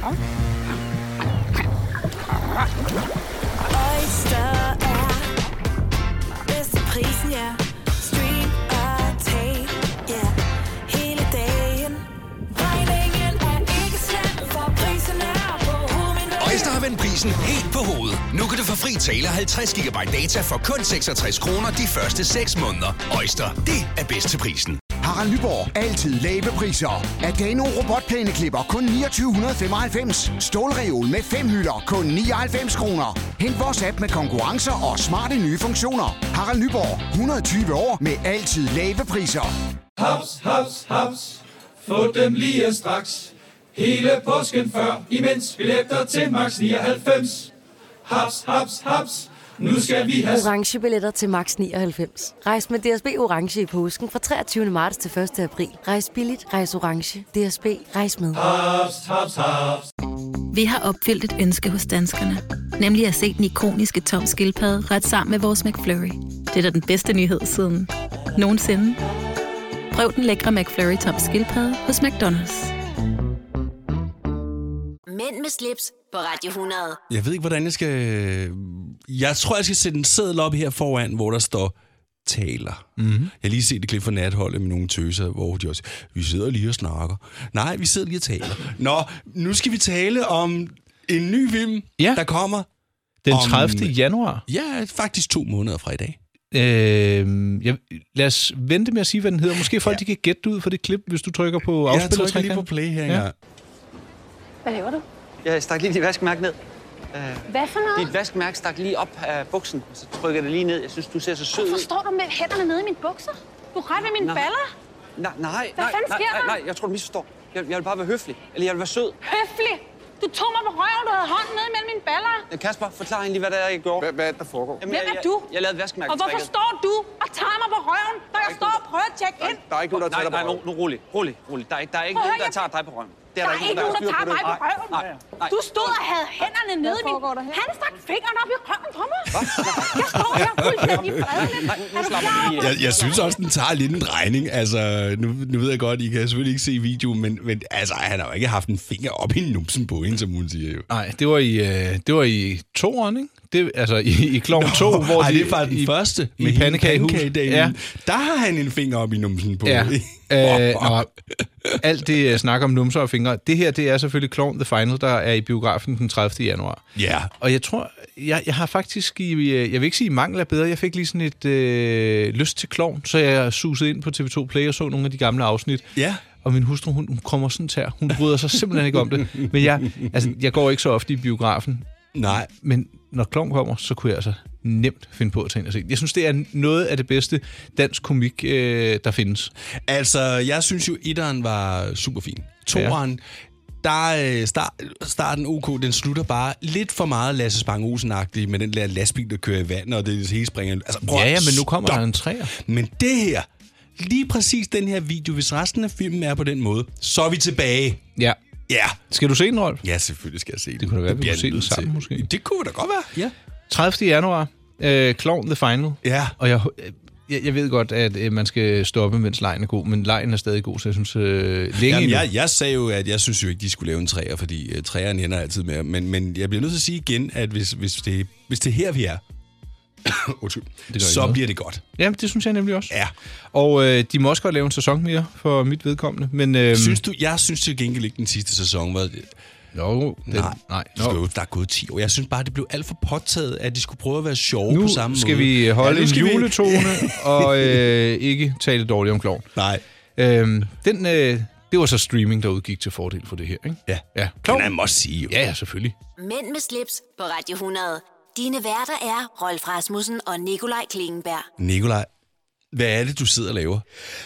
Prisen, ja. Stream og tag, ja. Hele dagen. Regningen er ikke slem, for prisen er på hovedet. Øjster har vendt prisen helt på hovedet. Nu kan du få fri tale halvtreds gigabyte data for kun seksogtres kroner de første seks måneder. Øjster, det er bedst til prisen. Harald Nyborg. Altid lave priser. Adano robotplæneklipper kun niogtyve femoghalvfems. Stålreol med fem hylder kun nioghalvfems kroner. Hent vores app med konkurrencer og smarte nye funktioner. Harald Nyborg. hundrede og tyve år med altid lave priser. Haps, haps, haps. Få dem lige straks. Hele påsken før, imens billetter til max nioghalvfems. Haps, haps, haps. Nu skal vi have orange billetter til max nioghalvfems. Rejs med D S B orange i påsken fra treogtyvende marts til første april. Rejs billigt, rejs orange. D S B, rejs med. Haps, haps, haps. Vi har opfyldt et ønske hos danskerne. Nemlig at se den ikoniske tom skildpadde ret sammen med vores McFlurry. Det er da den bedste nyhed siden nogensinde. Prøv den lækre McFlurry tom skildpadde hos McDonald's. Mænd med slips på Radio hundrede. Jeg ved ikke, hvordan jeg skal... Jeg tror, jeg skal sætte en seddel op her foran, hvor der står taler. Mm-hmm. Jeg har lige set et klip fra Natholdet med nogle tøser, hvor de også... Vi sidder lige og snakker. Nej, vi sidder lige og taler. Nå, nu skal vi tale om en ny film, ja. der kommer... Den tredivte januar. Ja, faktisk to måneder fra i dag. Øh, jeg, lad os vente med at sige, hvad den hedder. Måske folk ja. de kan gætte ud for det klip, hvis du trykker på afspillertrækkeren. Jeg trykker lige på play her. Ja. Hvad laver du? Jeg stak lige dit vaskemærke ned. Hvad for noget? Dit vaskemærke stak lige op af buksen, så trykker jeg det lige ned. Jeg synes, du ser så sød ud. Hvorfor står du med hænderne nede i mine bukser? Du er ret ved mine nej. baller. Nej, nej, Hvad nej, fanden nej, sker nej, der? nej, jeg tror, du misforstår. Jeg, jeg vil bare være høflig, eller jeg vil være sød. Høflig? Du tog mig på røven, du havde hånden nede mellem mine baller. Kasper, forklar egentlig, hvad det er, jeg gjorde. Hvad, hvad er det, der foregår? Jamen, Hvem jeg, er jeg, du? Jeg, jeg lavede vaskemærke. Og hvorfor står du og tager mig på røven, når jeg står og prøver at tjekke ind? Der er ikke nogen, der tager dig på røven. Nej, nu rolig, rolig, rolig. Der er ikke, der er ikke nogen, der tager dig på røven. Der er ikke nogen, der tager mig på røven. Du stod og havde hænderne nede i min... Han stak fingeren op i røven på mig. Hvad? Jeg står her fuldstændig fredeligt. Er du klar? Jeg, jeg synes også, den tager lidt en drejning. Altså, nu, nu ved jeg godt, I kan selvfølgelig ikke se videoen, men, men altså, han har jo ikke haft en finger op i numsen på hende, som hun siger jo. Nej, det var i, øh, det var i toeren, ikke? Det, altså i, i Klovn to, hvor ej, de... det er faktisk den første. I, med i pandekagehus. Ja. Der har han en finger op i numsen på. Ja. øh, og alt det snak om numser og fingre. Det her, det er selvfølgelig Klovn The Final, der er i biografen den tredivte januar. Ja. Og jeg tror, jeg, jeg har faktisk i... Jeg vil ikke sige, mangel er bedre. Jeg fik lige sådan et øh, lyst til Klovn, så jeg susede ind på T V to Play og så nogle af de gamle afsnit. Ja. Og min hustru, hun, hun kommer sådan til. Hun bryder sig simpelthen ikke om det. Men jeg, altså, jeg går ikke så ofte i biografen. Nej. Men når Klovn kommer, så kunne jeg altså nemt finde på at tage ind og se. Jeg synes, det er noget af det bedste dansk komik, øh, der findes. Altså, jeg synes jo, etteren var super fin. Toeren, ja. der start, starten OK, den slutter bare lidt for meget Lasse Spang Olsen-agtig med den der lastbil, der kører i vand, og det hele springer... Altså, ja, ja, men nu kommer stop. Der en træer. Men det her, lige præcis den her video, hvis resten af filmen er på den måde, så er vi tilbage. Ja. Ja. Skal du se den, Rolf? Ja, selvfølgelig skal jeg se den. Det kunne da være, vi kunne se den sammen, til. Måske. Det kunne da godt være, ja. tredivte januar, øh, Klovn The Final. Ja. Og jeg, jeg, jeg ved godt, at øh, man skal stoppe, mens lejen er god, men lejen er stadig god, så jeg synes, øh, længe Jamen, jeg, jeg sagde jo, at jeg synes jo ikke, de skulle lave en træer, fordi uh, træerne ender altid med. Men, men jeg bliver nødt til at sige igen, at hvis, hvis, det, hvis det er her, vi er, så bliver det godt. Jamen, det synes jeg nemlig også. Ja. Og øh, de må også godt lave en sæson mere for mit vedkommende. Men, øh, synes du, jeg synes til gengæld ikke, den sidste sæson var... Jo, den, nej, nej no. Der er gået ti år. Jeg synes bare, det blev alt for påtaget, at de skulle prøve at være sjove nu på samme måde. Nu skal vi holde ja, en juletone vi... og øh, ikke tale dårligt om Klovn. Nej. Øhm, den, øh, det var så streaming, der udgik til fordel for det her, ikke? Ja. Ja. Klovn. Den er must sige. Ja, ja, selvfølgelig. Mænd med slips på Radio hundrede. Dine værter er Rolf Rasmussen og Nikolaj Klingenberg. Nikolaj, hvad er det, du sidder og laver?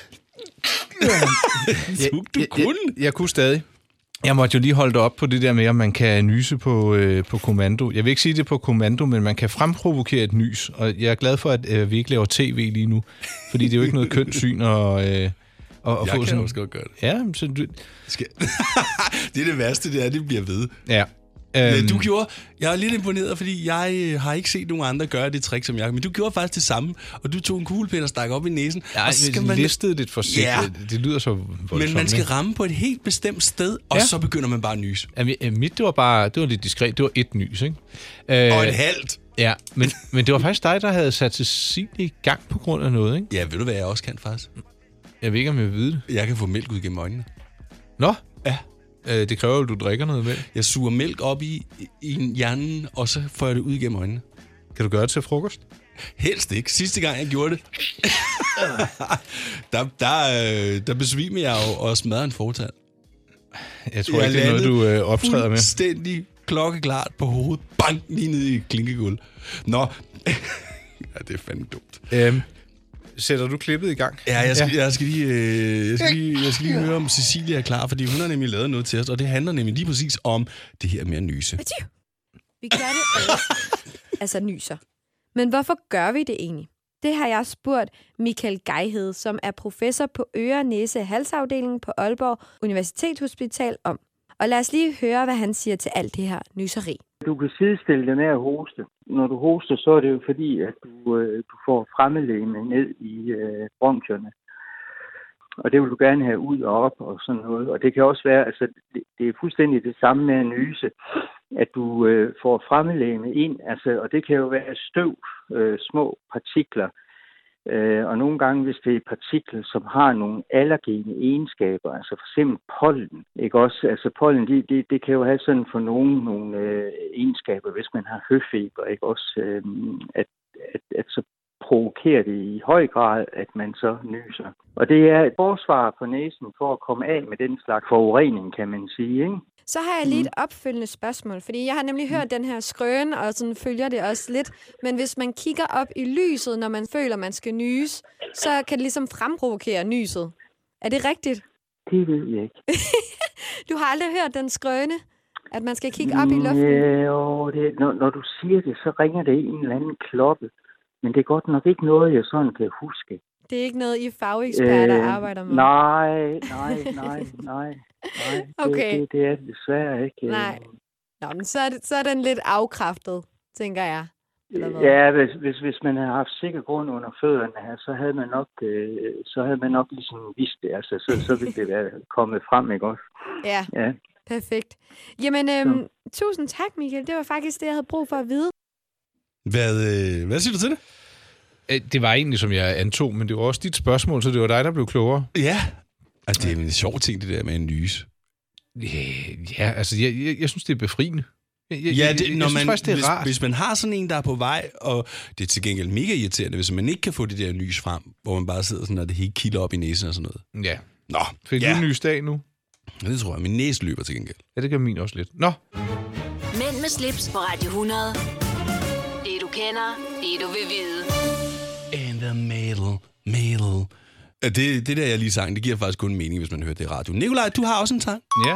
du, du jeg, kunne. Jeg, jeg kunne stadig. Jeg måtte jo lige holde dig op på det der med, at man kan nyse på, øh, på kommando. Jeg vil ikke sige det på kommando, men man kan fremprovokere et nys. Og jeg er glad for, at øh, vi ikke laver tv lige nu. Fordi det er jo ikke noget kønt syn at, øh, at, at få sådan... Jeg kan også godt gøre det. Ja, så du... Skal... det er det værste, det er, det bliver ved. Ja. Um... Du gjorde, jeg er lidt imponeret, fordi jeg har ikke set nogen andre gøre det trick, som jeg men du gjorde faktisk det samme, og du tog en kuglepen og stak op i næsen. Ja, og så skal man listede lidt forsigtigt. Ja. Det lyder så voldsomt. Men man skal ramme på et helt bestemt sted, og ja. så begynder man bare at nyse. Ja, mit, det var bare, det var lidt diskret. Det var et nys, ikke? Og et halvt. Ja, men, men det var faktisk dig, der havde sat til sig i gang på grund af noget, ikke? Ja, ved du hvad jeg også kan faktisk? Jeg ved ikke, om jeg ved det. Jeg kan få mælk ud gennem øjnene. Nå? Ja. Det kræver at du drikker noget mælk. Jeg suger mælk op i, i hjernen, og så får jeg det ud gennem øjnene. Kan du gøre det til frokost? Helst ikke. Sidste gang, jeg gjorde det, der, der, der besvimer jeg jo og smadrer en fortand. Jeg tror jeg ikke, det er noget, du øh, optræder med. Fuldstændig klokkeklart på hovedet. Bang! Lige ned i klinkegulv. Nå. Ja, det er fandme dumt. Øhm. Sætter du klippet i gang? Ja, jeg skal, ja. jeg skal, lige, øh, jeg skal, lige, jeg skal lige høre, om Cecilia er klar, fordi hun har nemlig lavet noget til os, og det handler nemlig lige præcis om det her med at nyse. Vi gør det alle. Altså nyser. Men hvorfor gør vi det egentlig? Det har jeg spurgt Michael Gejhed, som er professor på øre-næse-halsafdelingen på Aalborg Universitetshospital om. Og lad os lige høre, hvad han siger til alt det her nyseri. Du kan sidestille det med at hoste. Når du hoster, så er det jo fordi, at du, øh, du får fremmedlegeme ned i øh, bronkierne. Og det vil du gerne have ud og op og sådan noget. Og det kan også være, altså det, det er fuldstændig det samme med at nyse, at du øh, får fremmedlegeme ind. Altså, og det kan jo være støv, øh, små partikler. Øh, og nogle gange, hvis det er partikler, som har nogle allergene egenskaber, altså for eksempel pollen, ikke også? Altså pollen, det de, de kan jo have sådan for nogen nogle øh, egenskaber, hvis man har høfeber, ikke også? Øh, at, at, at så provokerer det i høj grad, at man så nyser. Og det er et forsvar på næsen for at komme af med den slags forurening, kan man sige, ikke? Så har jeg lige et opfølgende spørgsmål, fordi jeg har nemlig hørt den her skrøne, og sådan følger det også lidt. Men hvis man kigger op i lyset, når man føler, man skal nyse, så kan det ligesom fremprovokere nyset. Er det rigtigt? Det ved jeg ikke. Du har aldrig hørt den skrøne, at man skal kigge op i luften? Jo, det, når, når du siger det, så ringer det en eller anden klokke. Men det er godt nok ikke noget, jeg sådan kan huske. Det er ikke noget, I fageksperter øh, arbejder med? Nej, nej, nej, nej. Nej, okay. det, det, det er det desværre ikke. Nej. Nå, men så er, det, så er den lidt afkræftet, tænker jeg. Ja, hvis, hvis, hvis man havde haft sikker grund under fødderne her, så havde man nok, øh, så havde man nok ligesom vidst det. Altså, så, så ville det være kommet frem, ikke også? Ja, ja. Perfekt. Jamen, øhm, tusind tak, Michael. Det var faktisk det, jeg havde brug for at vide. Hvad, øh, hvad siger du til det? Det var egentlig, som jeg antog, men det var også dit spørgsmål, så det var dig, der blev klogere. Ja. Altså, det er en sjov ting, det der med en nyse. Ja, altså, jeg, jeg, jeg synes, det er befriende. Jeg, jeg, ja, det, jeg, når jeg synes man, faktisk, det er hvis, rart. Hvis man har sådan en, der er på vej, og det er til gengæld mega irriterende, hvis man ikke kan få det der nys frem, hvor man bare sidder sådan, og det hele kilder op i næsen og sådan noget. Ja. Nå, Fik ja. du en nys dag nu? Ja, det tror jeg. Min næse løber til gengæld. Ja, det gør min også lidt. Nå. Mænd med slips på Radio hundrede. Det du kender, det du vil vide. In the middle, middle. Det, det der, jeg lige sang, det giver faktisk kun mening, hvis man hører det i radio. Nikolaj, du har også en sang. Ja.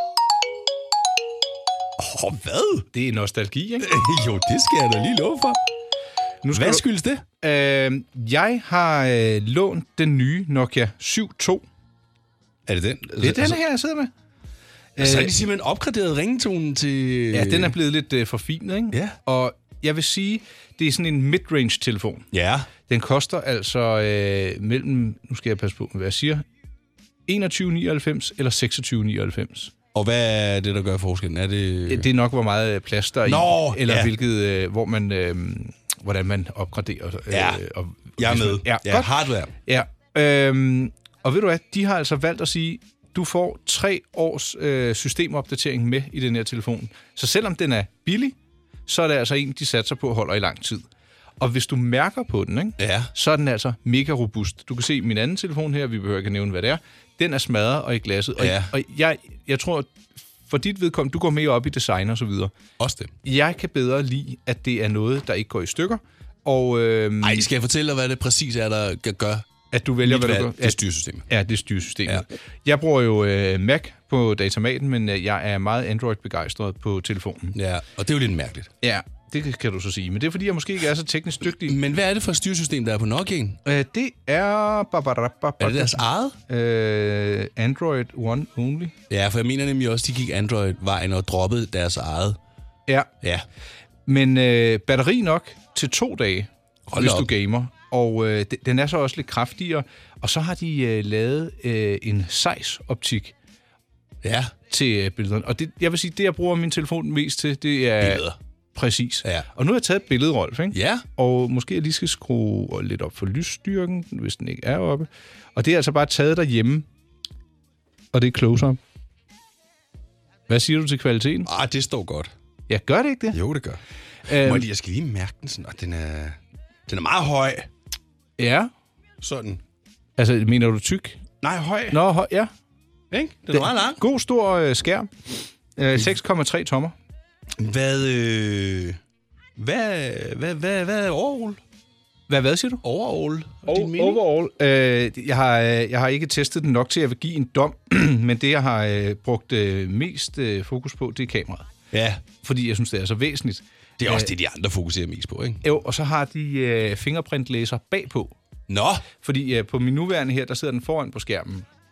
Åh, oh, hvad? Det er nostalgi, ikke? Jo, det skal jeg da lige love for. Nu hvad du... skyldes det? Øh, jeg har øh, lånt den nye Nokia syv to. Er det den? Det er altså, den her, jeg sidder med. Så har de simpelthen opgraderet ringetonen til... Ja, den er blevet lidt øh, forfinet, ikke? Ja. Og jeg vil sige, det er sådan en mid-range-telefon. Ja. Den koster altså øh, mellem, nu skal jeg passe på, hvad jeg siger, enogtyve nioghalvfems eller seksogtyve nioghalvfems. Og hvad er det, der gør forskellen? Er det... Det er nok, hvor meget plads der er Nå, i, eller ja. hvilket, øh, hvor man, øh, hvordan man opgraderer. Øh, ja, og, jeg er med. Man, ja, ja, godt. Hardware. Ja, øh, og ved du hvad, de har altså valgt at sige, du får tre års øh, systemopdatering med i den her telefon. Så selvom den er billig, så er det altså en, de satser på holder i lang tid. Og hvis du mærker på den, ikke, ja. så er den altså mega robust. Du kan se min anden telefon her, vi behøver ikke nævne, hvad det er. Den er smadret og i glasset. Og, ja. og jeg, jeg tror, for dit vedkommende, du går mere op i design og så videre. Også det. Jeg kan bedre lide, at det er noget, der ikke går i stykker. Og, øhm, Ej, skal jeg fortælle dig, hvad det præcis er, der gør? At du vælger, hvad du gør? Det er styresystemet. Ja, det er styresystemet. Ja. Jeg bruger jo øh, Mac på datamaten, men øh, jeg er meget Android-begejstret på telefonen. Ja, og det er jo lidt mærkeligt. Ja, det kan du så sige. Men det er, fordi jeg måske ikke er så teknisk dygtig. Men hvad er det for et styresystem, der er på Nokia'en? Øh, det er... Er det deres eget? Øh, Android One Only. Ja, for jeg mener nemlig også, de gik Android-vejen og droppede deres eget. Ja. Ja. Men øh, batteri nok til to dage, Hold hvis op. du gamer. Og øh, den er så også lidt kraftigere. Og så har de øh, lavet øh, en Zeiss-optik ja. til øh, billederne. Og det, jeg vil sige, det jeg bruger min telefon mest til, det er... Billeder. Præcis. Ja. Og nu har jeg taget et billede, Rolf, ikke? Ja. Og måske jeg lige skal skrue lidt op for lysstyrken, hvis den ikke er oppe. Og det er altså bare taget derhjemme. Og det er close-up. Hvad siger du til kvaliteten? Ah, det står godt. Ja, gør det ikke det? Jo, det gør. Øhm, Må jeg, lige, jeg skal lige mærke den sådan, og den er, den er meget høj. Ja. Sådan. Altså, mener du tyk? Nej, høj. Nå, høj, ja. Ikke? Den er meget lang. God, stor øh, skærm. Øh, seks komma tre tommer. Hvad, øh, hvad, hvad, hvad, hvad er overall? Hvad, hvad siger du? Overall. O- overall. Øh, jeg, har, jeg har ikke testet den nok til at give en dom, men det, jeg har øh, brugt øh, mest øh, fokus på, det er kameraet. Ja. Fordi jeg synes, det er så væsentligt. Det er også øh, det, de andre fokuserer mest på, ikke? Jo, og så har de øh, fingerprintlæser bagpå. Nå. Fordi øh, på min nuværende her, der sidder den foran på skærmen.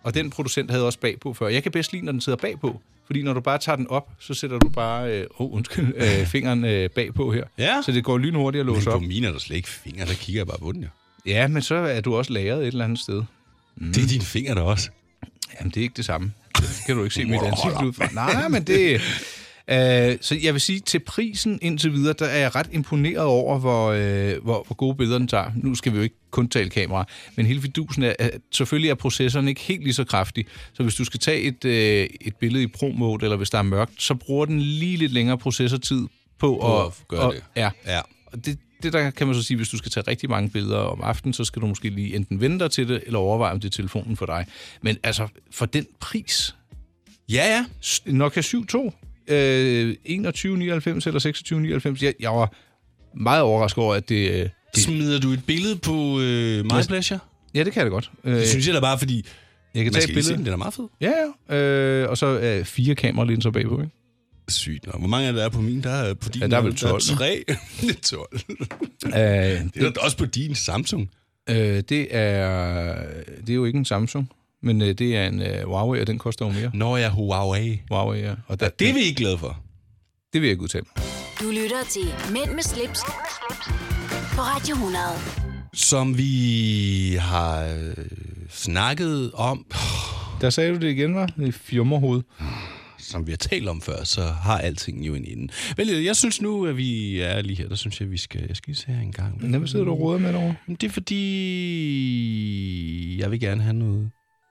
Og den producent havde også bagpå før. Jeg kan bedst lide, når den sidder bagpå. Fordi når du bare tager den op, så sætter du bare øh, oh, undskyld, øh, fingeren øh, bagpå her. Ja. Så det går lynhurtigt at låse Men op. på mine er der slet ikke fingre, der kigger jeg bare på den, jo. Ja, men så er du også lagret et eller andet sted. Mm. Det er dine fingre der også. Jamen, det er ikke det samme. Det kan du ikke se mit ansigt ud fra. Nej, men det... Uh, så jeg vil sige, til prisen indtil videre, der er jeg ret imponeret over, hvor, uh, hvor, hvor gode billeder den tager. Nu skal vi jo ikke kun tale kamera, men hele fidusen er, at selvfølgelig er processoren ikke helt lige så kraftig. Så hvis du skal tage et, uh, et billede i pro-mode, eller hvis der er mørkt, så bruger den lige lidt længere processortid på at, at gøre det. Ja, ja. Og det, det der kan man så sige, hvis du skal tage rigtig mange billeder om aftenen, så skal du måske lige enten vente dig til det, eller overveje, om det er telefonen for dig. Men altså, for den pris... Ja, ja. Nokia syv to... Øh, enogtyve nioghalvfems eller seksogtyve nioghalvfems. Jeg, jeg var meget overrasket over, at det... Øh, det... Smider du et billede på øh, MyPleasure? Ja, det kan jeg da godt. Det øh, synes jeg da bare, fordi jeg kan man tage et billede. Den, den er meget fed. Ja, ja. Øh, og så øh, fire kameralinser bagpå, ikke? Sygt nok. Hvor mange er der på min? Der er på din. Ja, der er vel tolv. Der er tre. Det er tolv. øh, det er det... også på din Samsung. Øh, det er det er jo ikke en Samsung. Men øh, det er en øh, Huawei, og den koster jo mere. Nå ja, Huawei. Huawei, ja. Og der, ja, det er vi ikke glade for. Det vil jeg ikke udtale. Du lytter til Mænd med slips på Radio hundrede. Som vi har øh, snakket om... Der sagde du det igen, var det fjummerhoved. Som vi har talt om før, så har alting jo en ende. Vel, jeg synes nu, at vi er lige her. Der synes jeg, vi skal... Jeg skal lige se her en gang. Men hvad sidder du og råder med derovre? Det er fordi... Jeg vil gerne have noget...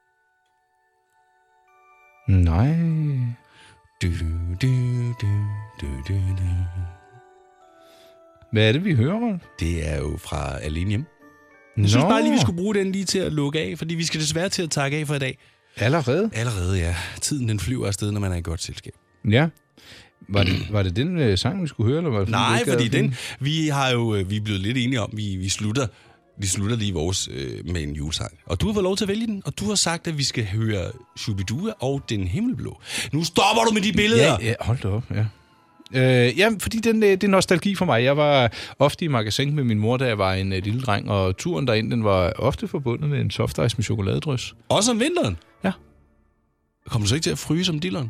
Nej. Du, du, du, du, du, du. Hvad er det, vi hører, Rolf? Det er jo fra Alene Hjemme. Jeg Nå. synes bare lige, vi skulle bruge den lige til at lukke af, fordi vi skal desværre til at takke af for i dag. Allerede? Allerede, ja. Tiden den flyver afsted, når man er i godt selskab. Ja. Var det, var det den uh, sang, vi skulle høre? Eller var det, Nej, fordi den, vi har jo vi er blevet lidt enige om, vi, vi slutter vi slutter lige vores øh, med en julesang. Og du har fået lov til at vælge den, og du har sagt, at vi skal høre Shubidua og Den Himmelblå. Nu stopper du med de billeder! Ja, ja hold da op, ja. Øh, ja, fordi den, det er nostalgi for mig. Jeg var ofte i magasin med min mor, da jeg var en uh, lille dreng, og turen derind, den var ofte forbundet med en softice med chokoladedrys. Også om vinteren? Ja. Kommer du så ikke til at fryse som dilleren?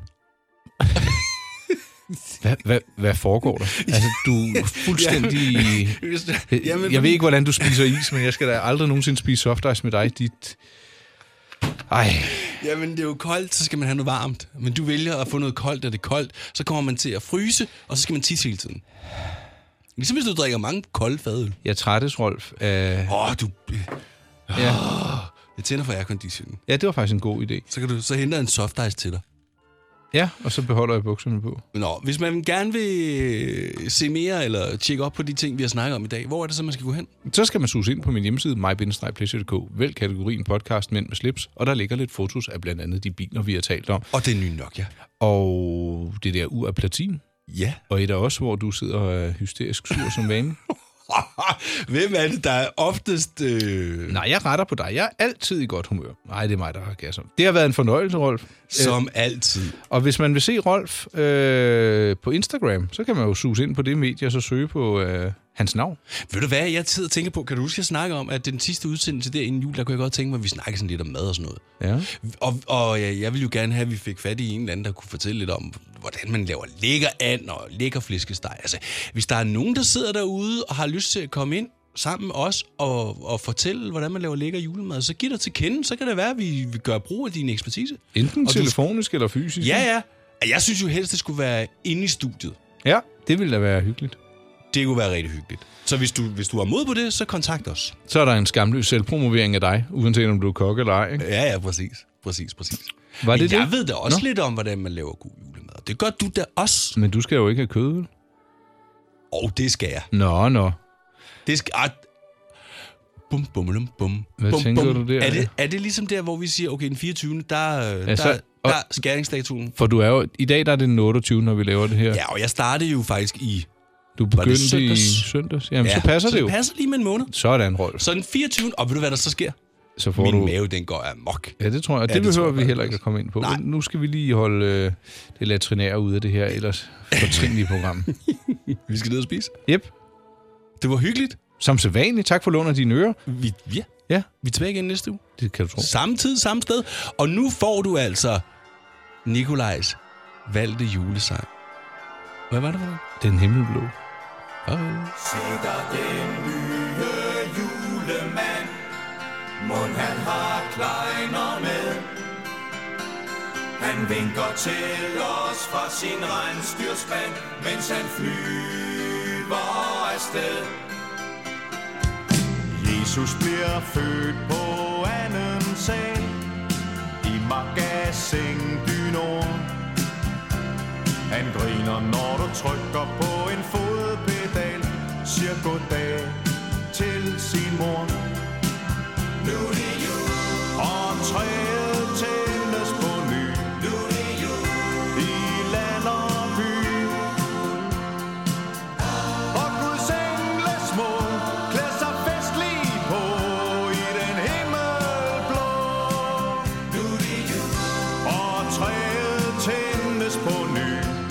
Hvad, hvad, hvad foregår der? Altså, du er fuldstændig... ja, Jamen, jeg ved ikke, hvordan du spiser is, men jeg skal da aldrig nogensinde spise softice med dig. Dit... Ej. Jamen, det er jo koldt, så skal man have noget varmt. Men du vælger at få noget koldt, og det er koldt. Så kommer man til at fryse, og så skal man tisse hele tiden. Ligesom hvis du drikker mange kolde fadøl. Jeg trættes, Rolf. Åh, øh... oh, du... Ja. Jeg tænder for airconditionen. Ja, det var faktisk en god idé. Så kan du så hente en softice til dig. Ja, og så beholder jeg bukserne på. Nå, hvis man gerne vil se mere eller tjekke op på de ting, vi har snakket om i dag, hvor er det så, man skal gå hen? Så skal man suge ind på min hjemmeside, my bindestreg pleasure punktum d k. Vælg kategorien podcast Mænd med slips, og der ligger lidt fotos af blandt andet de biler, vi har talt om. Og det nye Nokia. Og det der ur af platin. Ja. Og et af os, hvor du sidder og er hysterisk sur som vane. Hvem er det, der er oftest... Øh... Nej, jeg retter på dig. Jeg er altid i godt humør. Nej, det er mig, der har gasser. Det har været en fornøjelse, Rolf. Som øh, altid. Og hvis man vil se Rolf øh, på Instagram, så kan man jo suge ind på det medie og så søge på øh, hans navn. Ved du hvad, jeg tid tænker på, kan du huske, jeg snakker om, at den sidste udsendelse der inden jul, der kunne jeg godt tænke mig, at vi snakkede sådan lidt om mad og sådan noget. Ja. Og, og ja, jeg ville jo gerne have, at vi fik fat i en eller anden, der kunne fortælle lidt om, hvordan man laver lækker and og lækker flæskesteg. Altså, hvis der er nogen, der sidder derude og har lyst til at komme ind sammen med os og, og fortælle, hvordan man laver lækker julemad, så giv dig til kende, så kan det være, at vi, vi gør brug af din ekspertise. Enten og telefonisk du... eller fysisk. Ja, ja. Jeg synes jo helst, det skulle være inde i studiet. Ja, det ville da være hyggeligt. Det kunne være rigtig hyggeligt. Så hvis du, hvis du har mod på det, så kontakt os. Så er der en skamløs selvpromovering af dig, uanset om du er kok eller ej, ikke? Ja, ja, præcis. Præcis, præcis. Var det Men jeg det? ved da også Nå. lidt om, hvordan man laver god julemad. Det gør du da også. Men du skal jo ikke have kød, vel? Åh, oh, det skal jeg. Nå, nå. Det skal... Ah. Bum, bum, bum, bum. Hvad bum, tænker bum. du der? Er det, er det ligesom der, hvor vi siger, okay, den fireogtyvende, der, Ja, så, der, der er skæringsdatoen? For du er jo... I dag der er det den otteogtyvende, når vi laver det her. Ja, og jeg startede jo faktisk i... Du begyndte i søndags? Jamen, ja, så passer så det jo. det passer lige med en måned. Sådan, Rolf. Så den fireogtyvende, og ved du, hvad der så sker? Så får Min du... mave, den går amok. Ja, det tror jeg. Og Ja, det, det behøver tror jeg vi heller ikke at komme ind på. Nej. Men nu skal vi lige holde øh, det latrinære ude af det her ellers fortrinlige program. Vi skal ned og spise. Yep. Det var hyggeligt. Som sædvanligt. Tak for lån af dine ører. Vi, ja. ja, vi er tilbage igen næste uge. Det kan du tro. Samme tid, samme sted. Og nu får du altså Nikolajs valgte julesang. Hvad var det for det? Den himmelblå. Farvel. Se der den nye julemand, mon han har klejner med. Han vinker til os fra sin rensdyrspand, mens han flyver afsted. Jesus bliver født på anden sal i Magasin du Nord. Han griner, når du trykker på en fodpedal, siger goddag til sin mor. Nu er det jul, og træet tændes på ny. Nu er det jul, i land og by. Og Guds engle små klæder sig festligt på i den himmelblå. Nu er det jul, og træet tændes på ny.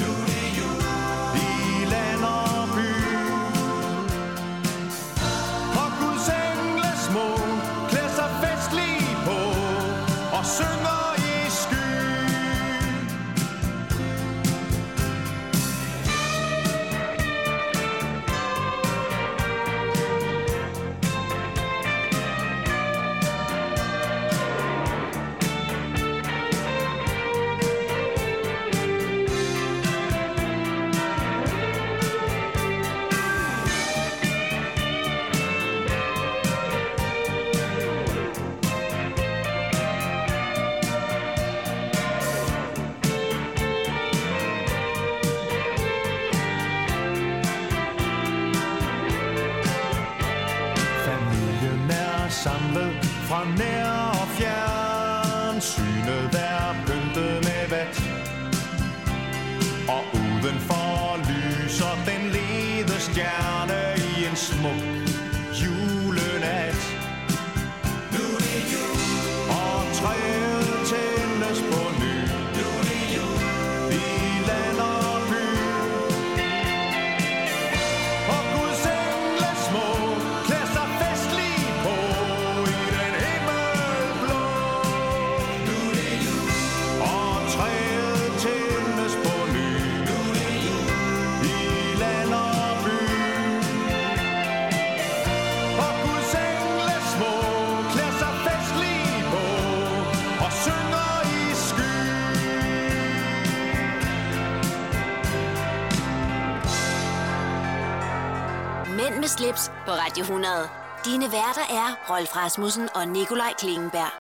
Samlet fra nær og fjern, synet er pyntet med vat. Og udenfor lyser den lede stjerne i en smuk julenat. Nu er det jul, og træet tændes på ny. Nu er det jul, i land og by. Og Guds engle små klæder sig festligt på. Mænd med slips på Radio hundrede. Dine værter er Rolf Rasmussen og Nikolaj Klingenberg.